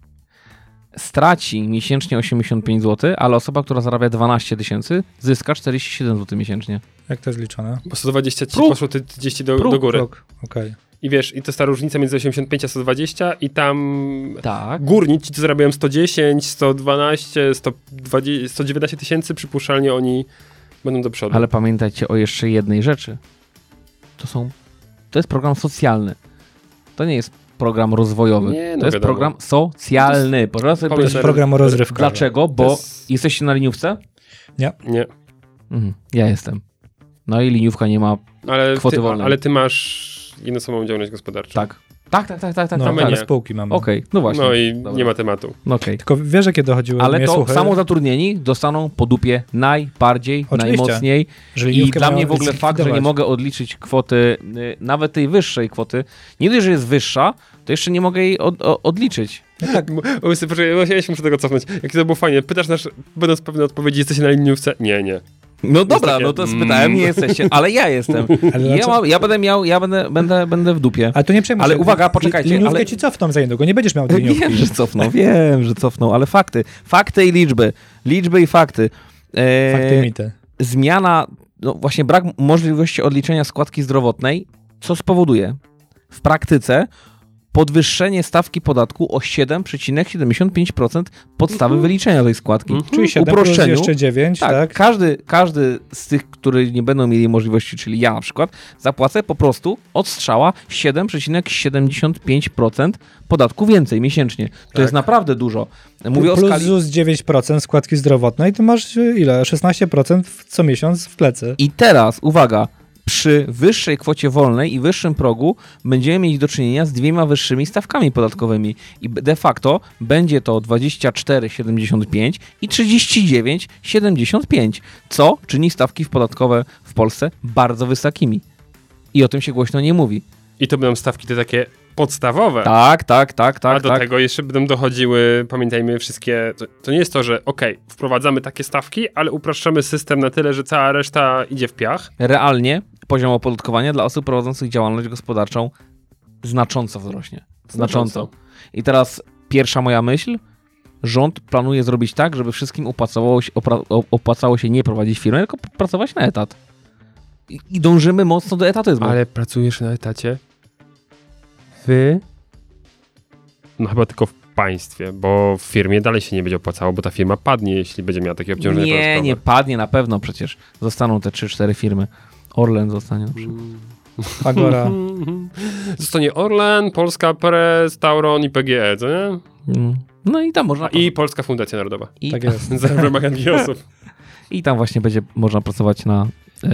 straci miesięcznie osiemdziesiąt pięć złotych, ale osoba, która zarabia dwanaście tysięcy, zyska czterdzieści siedem złotych miesięcznie. Jak to jest liczone? Bo sto dwadzieścia ci Próg. poszło ty trzydzieści do, Próg, do góry. Rok. Okej. I wiesz, i to jest ta różnica między osiemdziesiąt pięć a sto dwadzieścia i tam Tak. górni, ci co zarabiają sto dziesięć, sto dwanaście, sto dwadzieścia, sto dziewiętnaście tysięcy, przypuszczalnie oni będą do przodu. Ale pamiętajcie o jeszcze jednej rzeczy. To są, to jest program socjalny. To nie jest program rozwojowy. Nie, no to jest wiadomo. program socjalny. Proszę sobie To To jest Ser- program rozrywkowy. Dlaczego? Bo To jest- jesteście na liniówce? Nie, Mhm. Ja jestem. No i liniówka nie ma. ale Kwoty ty, wolnej. ale ty masz jednoosobową działalność gospodarczą. Tak. Tak, tak, tak, tak, tak. No, tak, my tak. ale nie. spółki mamy. Okej, no właśnie. No i Dobra. nie ma tematu. No okej. Tylko wiesz, jakie dochodziły Ale mnie to słuchy? samozatrudnieni dostaną po dupie najbardziej, Oczywiście. najmocniej. Że I liniówkę dla mają mnie w ogóle fakt, że nie zlikwidować. mogę odliczyć kwoty, y, nawet tej wyższej kwoty, nie dość, że jest wyższa, to jeszcze nie mogę jej od, o, odliczyć. No tak, Łysy, poczekaj, ja się muszę tego cofnąć. Jak to było fajnie. Pytasz nasz, będąc pewny odpowiedzi, jesteście na liniówce? Nie, nie. No dobra, takie, no to mm. spytałem, nie jesteście, ale ja jestem. Ale I ja, dlaczego? mam, ja będę miał, ja będę, będę, będę w dupie. ale to nie przejmuj Ale się. uwaga, poczekajcie, Liniówkę ale- ci cofną za niedługo, nie będziesz miał tej liniówki. Wiem, że cofną, wiem, że cofną, ale fakty. Fakty i liczby. Liczby i fakty. E, Fakty, mity. Zmiana, no właśnie brak możliwości odliczenia składki zdrowotnej, co spowoduje w praktyce podwyższenie stawki podatku o siedem przecinek siedemdziesiąt pięć procent podstawy Mhm. wyliczenia tej składki. Mhm. Czyli siedem plus jeszcze dziewięć, tak, tak? Każdy, każdy z tych, którzy nie będą mieli możliwości, czyli ja na przykład, zapłacę po prostu od strzała siedem przecinek siedemdziesiąt pięć procent podatku więcej miesięcznie. To Tak. jest naprawdę dużo. Mówię Plus o skali... ZUS dziewięć procent składki zdrowotnej, to masz y, ile? szesnaście procent w- co miesiąc w plecy. I teraz, uwaga, przy wyższej kwocie wolnej i wyższym progu będziemy mieć do czynienia z dwiema wyższymi stawkami podatkowymi. I de facto będzie to dwadzieścia cztery przecinek siedemdziesiąt pięć i trzydzieści dziewięć przecinek siedemdziesiąt pięć, co czyni stawki podatkowe w Polsce bardzo wysokimi. I o tym się głośno nie mówi. I to będą stawki te takie podstawowe. Tak, tak, tak, tak. A do tak. tego jeszcze będą dochodziły, pamiętajmy, wszystkie. To, to nie jest to, że okej, wprowadzamy takie stawki, ale upraszczamy system na tyle, że cała reszta idzie w piach. Realnie poziom opodatkowania dla osób prowadzących działalność gospodarczą znacząco wzrośnie. Znacząco. I teraz pierwsza moja myśl. Rząd planuje zrobić tak, żeby wszystkim opłacało się, opra- o- opłacało się nie prowadzić firmy, tylko pracować na etat. I, i dążymy mocno do etatyzmu. Ale pracujesz na etacie? Wy? No chyba tylko w państwie, bo w firmie dalej się nie będzie opłacało, bo ta firma padnie, jeśli będzie miała takie obciążenie nie, podatkowe. nie padnie na pewno przecież. Zostaną te trzy cztery firmy. Orlen zostanie na przykład. Agora. Zostanie Orlen, Polska Press, Tauron i P G E, co nie? Mm. No i tam można... I Polska Fundacja Narodowa. i, Tak jest. Za wymaganie osób. I tam właśnie będzie można pracować na, yy,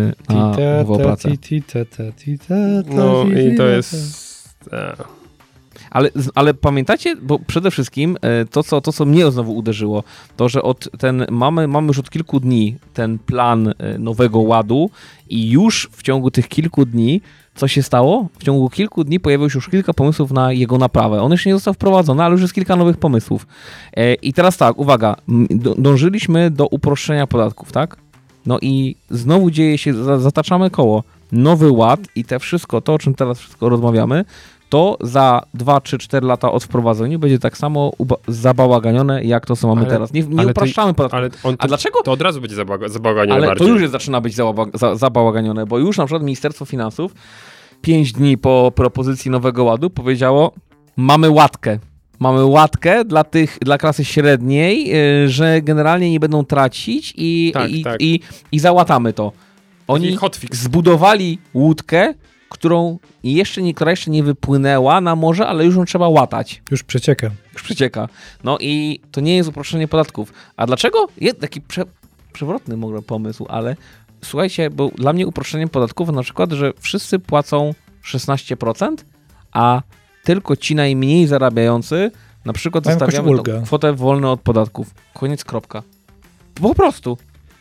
na Ti, umowę o te, pracę. ti, ti, te, te, ti, te, te, No ti, i ti, to te. jest... E. Ale, ale pamiętacie, bo przede wszystkim e, to co, to, co mnie znowu uderzyło, to, że od ten, mamy, mamy już od kilku dni ten plan e, Nowego Ładu i już w ciągu tych kilku dni, co się stało? W ciągu kilku dni pojawiło się już kilka pomysłów na jego naprawę. On jeszcze nie został wprowadzony, ale już jest kilka nowych pomysłów. E, I teraz tak, uwaga, m, d- dążyliśmy do uproszczenia podatków, tak? No i znowu dzieje się, za- zataczamy koło. Nowy Ład i te wszystko, to o czym teraz wszystko rozmawiamy, to za dwa trzy cztery lata od wprowadzenia będzie tak samo uba- zabałaganione, jak to, co mamy Ale- teraz. Nie, nie ale to- upraszczamy podatków. Ale on A to, dlaczego? to od razu będzie zabaga- zabaganione Ale bardziej. to już jest, zaczyna być załaba- za- zabałaganione, bo już na przykład Ministerstwo Finansów pięć dni po propozycji Nowego Ładu powiedziało, mamy łatkę. Mamy łatkę dla tych, dla klasy średniej, yy, że generalnie nie będą tracić i, Tak, i, tak. i, i załatamy to. Oni Taki hotfix. zbudowali łódkę, którą jeszcze nie, która jeszcze nie wypłynęła na morze, ale już ją trzeba łatać. Już przecieka. Już przecieka. No i to nie jest uproszczenie podatków. A dlaczego? Jest taki prze, przewrotny może pomysł, ale słuchajcie, bo dla mnie uproszczeniem podatków na przykład, że wszyscy płacą szesnaście procent, a tylko ci najmniej zarabiający na przykład Mają zostawiamy jakąś tą ulgę. kwotę wolną od podatków. Koniec, kropka. Po prostu.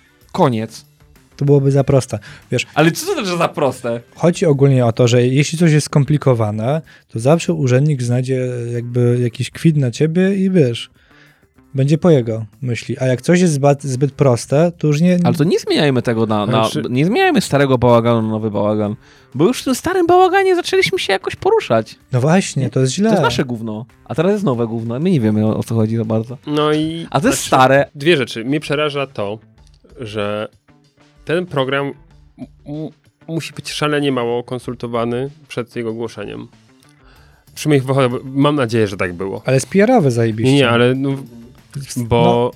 Koniec. To byłoby za proste. Wiesz, Ale co to znaczy za proste? chodzi ogólnie o to, że jeśli coś jest skomplikowane, to zawsze urzędnik znajdzie jakby jakiś kwit na ciebie i wiesz, będzie po jego myśli. A jak coś jest zbyt, zbyt proste, to już nie... Ale to nie zmieniajmy tego na, na Znaczy- nie zmieniajmy starego bałaganu na nowy bałagan, bo już w tym starym bałaganie zaczęliśmy się jakoś poruszać. No właśnie, to jest źle. To jest nasze gówno, a teraz jest nowe gówno, my nie wiemy o, o co chodzi za bardzo. No i... A to jest znaczy, stare. Dwie rzeczy. Mnie przeraża to, że ten program m- m- musi być szalenie mało konsultowany przed jego ogłoszeniem. Przy moich wychodach, mam nadzieję, że tak było. Ale jest P R-owy zajebiście. Nie, nie, ale no, bo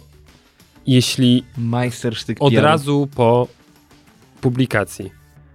jeśli Majstersztyk od P R. razu po publikacji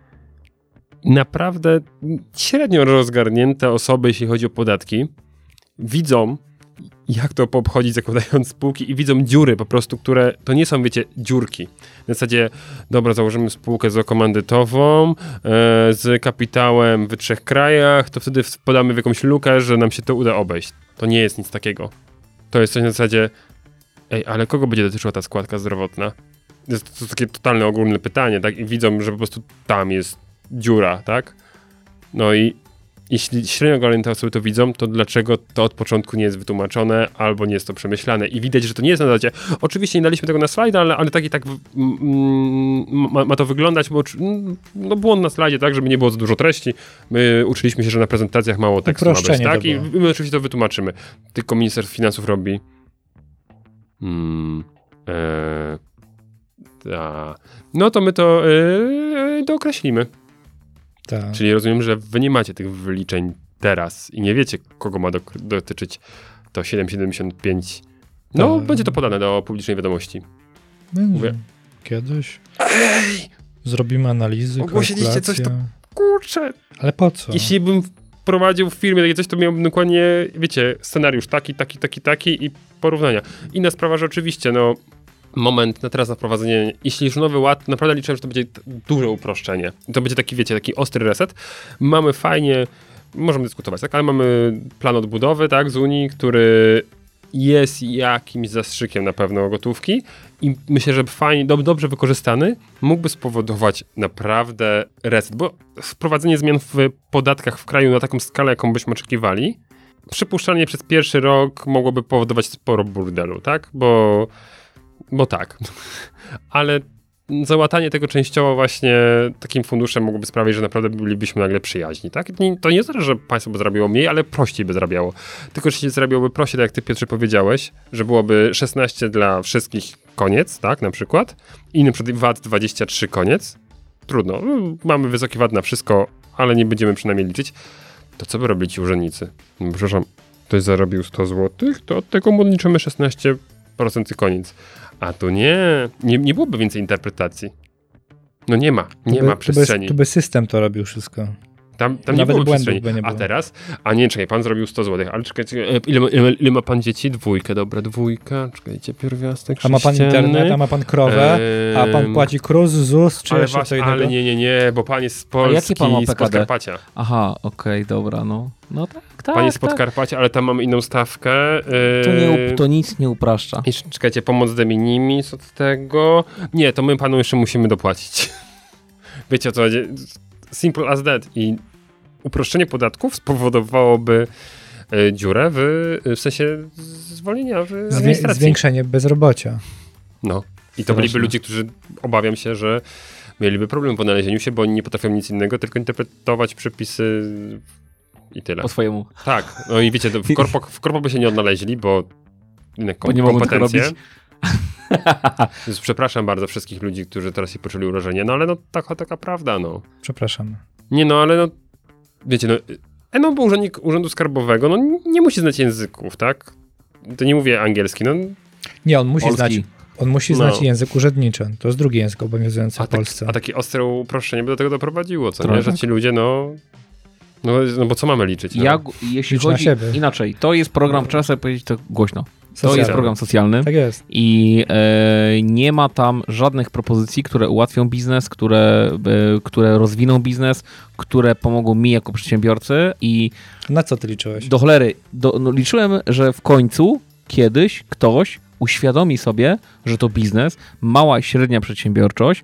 naprawdę średnio rozgarnięte osoby, jeśli chodzi o podatki, widzą, jak to obchodzić, zakładając spółki i widzą dziury po prostu, które to nie są, wiecie, dziurki. Na zasadzie, dobra, założymy spółkę zakomandytową, e, z kapitałem w trzech krajach, to wtedy wpadamy w jakąś lukę, że nam się to uda obejść. To nie jest nic takiego. To jest coś na zasadzie, ej, ale kogo będzie dotyczyła ta składka zdrowotna? Jest to takie totalne, ogólne pytanie, tak? I widzą, że po prostu tam jest dziura, tak? No i jeśli średnio ogarnięte osoby to widzą, to dlaczego to od początku nie jest wytłumaczone, albo nie jest to przemyślane. I widać, że to nie jest na zasadzie, oczywiście nie daliśmy tego na slajda, ale, ale tak i tak mm, ma, ma to wyglądać, bo mm, no błąd na slajdzie, tak, żeby nie było za dużo treści. My uczyliśmy się, że na prezentacjach mało tekstu ma być, Uproszczenie tak? to I było. my oczywiście to wytłumaczymy. Tylko minister finansów robi hmm, e, Ta. No to my to yy, dookreślimy. Tak. Czyli rozumiem, że wy nie macie tych wyliczeń teraz i nie wiecie, kogo ma do, dotyczyć to siedem siedemdziesiąt pięć. No, Tak. będzie to podane do publicznej wiadomości. Będzie. Mówię. Kiedyś. Ej! Zrobimy analizy, Ogłosiliście coś, kalkulacje. Kurczę! Ale po co? Jeśli bym wprowadził w firmie takie coś, to miałbym dokładnie, wiecie, scenariusz taki, taki, taki, taki i porównania. Inna sprawa, że oczywiście, no, moment na teraz na wprowadzenie, jeśli już nowy ład, naprawdę liczę, że to będzie t- duże uproszczenie. I to będzie taki, wiecie, taki ostry reset. Mamy fajnie, możemy dyskutować, tak, ale mamy plan odbudowy, tak, z Unii, który jest jakimś zastrzykiem na pewno gotówki i myślę, że fajnie, dob- dobrze wykorzystany mógłby spowodować naprawdę reset, bo wprowadzenie zmian w podatkach w kraju na taką skalę, jaką byśmy oczekiwali, przypuszczalnie przez pierwszy rok mogłoby powodować sporo burdelu, tak, bo bo tak, ale załatanie tego częściowo właśnie takim funduszem mogłoby sprawić, że naprawdę bylibyśmy nagle przyjaźni, tak? Nie, to nie znaczy, że państwo by zarabiało mniej, ale prościej by zarabiało. Tylko, że się zarabiałoby prościej, tak jak ty, Piotrze, powiedziałeś, że byłoby szesnaście dla wszystkich koniec, tak, na przykład, i na przykład V A T dwadzieścia trzy koniec. Trudno, mamy wysoki V A T na wszystko, ale nie będziemy przynajmniej liczyć. To co by robili ci urzędnicy? No, przepraszam, ktoś zarobił sto złotych, to od tego mu odliczymy szesnaście procent koniec. A tu nie, nie, nie byłoby więcej interpretacji. No nie ma, nie by, ma przestrzeni. Tu by, tu by system to robił wszystko. Tam, tam nie Nawet było błędów przestrzeni. by nie A było. teraz? A nie, czekaj, pan zrobił sto złotych, ale czekajcie, e, ile, ma- ile, ile ma pan dzieci? Dwójkę, dobra, dwójka, czekajcie, pierwiastek A ma pan sześcienny. internet, a ma pan krowę, a pan Em, płaci KRUS, ZUS, czy ale jeszcze co właśnie, innego? ale nie, nie, nie, bo pan jest z Polski, jakie pan ma z P K D? Podkarpacia. Aha, okej, dobra, no. No tak, tak. Pan jest z tak. Podkarpacia, ale tam mamy inną stawkę. To, nie, Yy, up- to nic nie upraszcza. I czekajcie, pomoc de minimis od tego. Nie, to my panu jeszcze musimy dopłacić. Wiecie o co chodzi? Simple as that. I uproszczenie podatków spowodowałoby y, dziurę w, w sensie zwolnienia w Zwię- administracji. zwiększenie bezrobocia. No. I to Straszne. byliby ludzie, którzy obawiam się, że mieliby problem w odnalezieniu się, bo oni nie potrafią nic innego, tylko interpretować przepisy i tyle. Po swojemu. Tak. No i wiecie, to w korpo, w korpo by się nie odnaleźli, bo inne kom- Bo nie mogą tego kompetencje. robić. Więc przepraszam bardzo wszystkich ludzi, którzy teraz się poczuli urażeni, no ale no taka, taka prawda, no. Przepraszam. Nie no, ale no, wiecie, no, e, no bo urzędnik Urzędu Skarbowego, no nie musi znać języków, tak? To nie mówię angielski, no. Nie, on musi Polski. znać, on musi No. znać język urzędniczy. To jest drugi język obowiązujący A, w tak, Polsce. a takie ostre uproszczenie by do tego doprowadziło, co Trochę nie? Że tak. ci ludzie, no, no, no bo co mamy liczyć? No? Ja, g- jeśli Licz na chodzi siebie. inaczej, to jest program, trzeba sobie powiedzieć to głośno. To Socjalny. jest program socjalny Tak jest. i e, nie ma tam żadnych propozycji, które ułatwią biznes, które, e, które rozwiną biznes, które pomogą mi jako przedsiębiorcy i Na co ty liczyłeś? do cholery, do, no, liczyłem, że w końcu kiedyś ktoś uświadomi sobie, że to biznes, mała i średnia przedsiębiorczość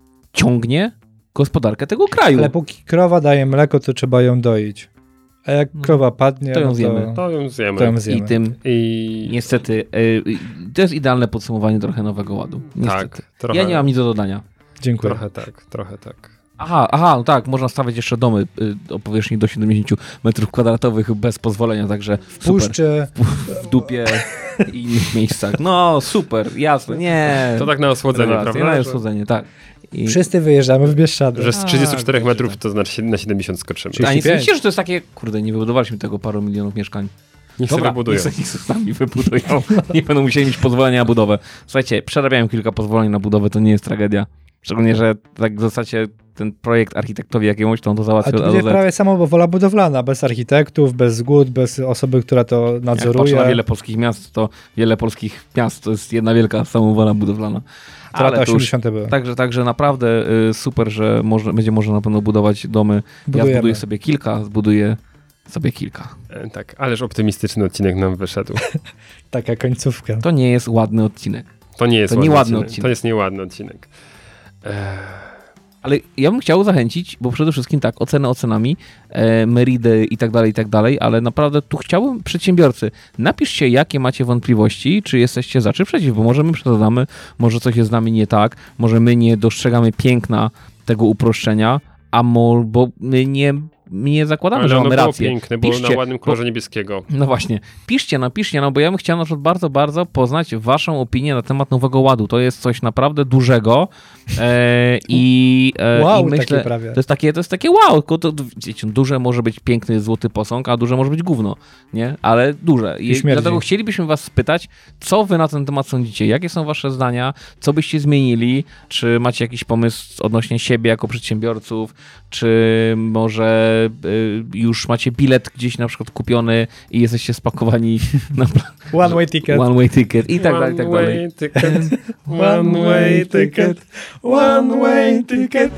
ciągnie gospodarkę tego kraju. Ale póki krowa daje mleko, to trzeba ją doić. A jak krowa padnie, To ją no zjemy. To ją zjemy. To ją zjemy. I tym I niestety, e, to jest idealne podsumowanie trochę Nowego Ładu. Niestety. tak, trochę, Ja nie mam nic do dodania. Dziękuję. trochę tak, trochę tak. Aha, aha, no tak, można stawiać jeszcze domy y, o powierzchni do siedemdziesiąt metrów kwadratowych bez pozwolenia, także W super. puszczy, W dupie i innych miejscach. No, super, jasne, nie. To tak na osłodzenie, Rewelacja, prawda? Na Że- osłodzenie, tak. I, wszyscy wyjeżdżamy w Bieszczady. Że z A, trzydziestu czterech wiecie, metrów tak. to znaczy na siedemdziesiąt skoczymy. Czyli- a nie trzydzieści pięć. myślicie, że to jest takie, kurde, nie wybudowaliśmy tego paru milionów mieszkań. Niech sobie Dobra, budują. niech sobie- niech sobie sami wybudują. Nie będą musieli mieć pozwolenia na budowę. Słuchajcie, przerabiałem kilka pozwoleń na budowę, to nie jest tragedia. Szczególnie, że tak zostacie ten projekt architektowi jakiemuś, to on to A załatwi to od A będzie do Z. prawie samowola budowlana, bez architektów, bez zgód, bez osoby, która to Jak patrzę na nadzoruje. wiele polskich miast, to wiele polskich miast to jest jedna wielka samowola budowlana. To lata Ale to już, osiemdziesiąte były. także, także naprawdę y, super, że może, będzie można na pewno budować domy. Ja Budujemy. zbuduję sobie kilka, zbuduję sobie kilka. E, Tak, ależ optymistyczny odcinek nam wyszedł. Taka końcówka. To nie jest ładny odcinek. To nie jest To ładny nieładny odcinek. odcinek. To jest nieładny odcinek. Eee, Ale ja bym chciał zachęcić, bo przede wszystkim tak, oceny ocenami, e, Meridy i tak dalej, i tak dalej, ale naprawdę tu chciałbym przedsiębiorcy, napiszcie jakie macie wątpliwości, czy jesteście za, czy przeciw, bo może my przesadzamy, może coś jest z nami nie tak, może my nie dostrzegamy piękna tego uproszczenia, a mo, bo my nie nie zakładamy, Ale że ono mamy było rację. piękne, było Piszcie, na ładnym kolorze bo- niebieskiego. No właśnie, piszcie, napiszcie, no bo ja bym chciał na przykład bardzo, bardzo poznać waszą opinię na temat Nowego Ładu. To jest coś naprawdę dużego e, i, e, Wow, i myślę, takie prawie. to jest takie, to jest takie wow, tylko to, wiecie, duże może być piękny złoty posąg, a duże może być gówno, nie? Ale duże. I, I śmierdzi. dlatego chcielibyśmy was spytać, co wy na ten temat sądzicie? Jakie są wasze zdania? Co byście zmienili? Czy macie jakiś pomysł odnośnie siebie jako przedsiębiorców? Czy może y, już macie bilet gdzieś na przykład kupiony i jesteście spakowani na One way ticket. one way ticket i tak dalej, i tak One dalej. way ticket. One way ticket. One way ticket.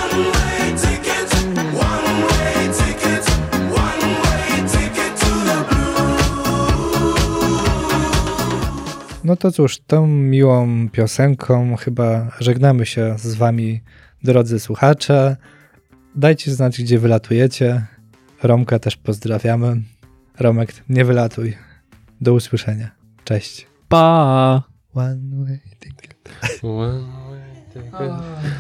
No to cóż, tą miłą piosenką chyba żegnamy się z wami, drodzy słuchacze. Dajcie znać, gdzie wylatujecie. Romka też pozdrawiamy. Romek, nie wylatuj. Do usłyszenia. Cześć. Pa! One way ticket. One way ticket.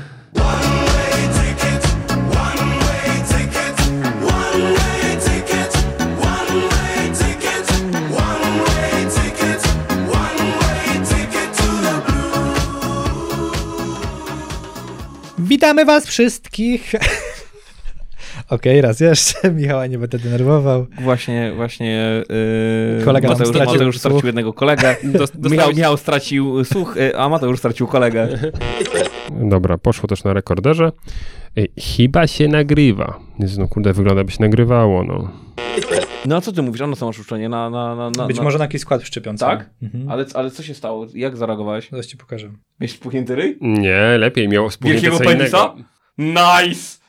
Witamy was wszystkich. Okej, raz jeszcze. Michała nie będę denerwował. Właśnie, właśnie yy, Kolega nam Mateusz, stracił Mateusz stracił słuch. jednego kolegę. Dos- Michał, dostałeś- Michał stracił słuch, y, a Mateusz stracił kolegę. Dobra, poszło też na rekorderze. Ej, chyba się nagrywa. Jezu, no kurde, wygląda by się nagrywało, no. No a co ty mówisz? Ono co masz uczenie na... na, na, na Być na... może na jakiś skład szczepiący. Tak? Mhm. Ale, ale co się stało? Jak zareagowałeś? Zaraz ci pokażę. Miałeś spuchnięty ryj? Nie, lepiej miał wspólnie Wielkiego co penisa? innego. Nice!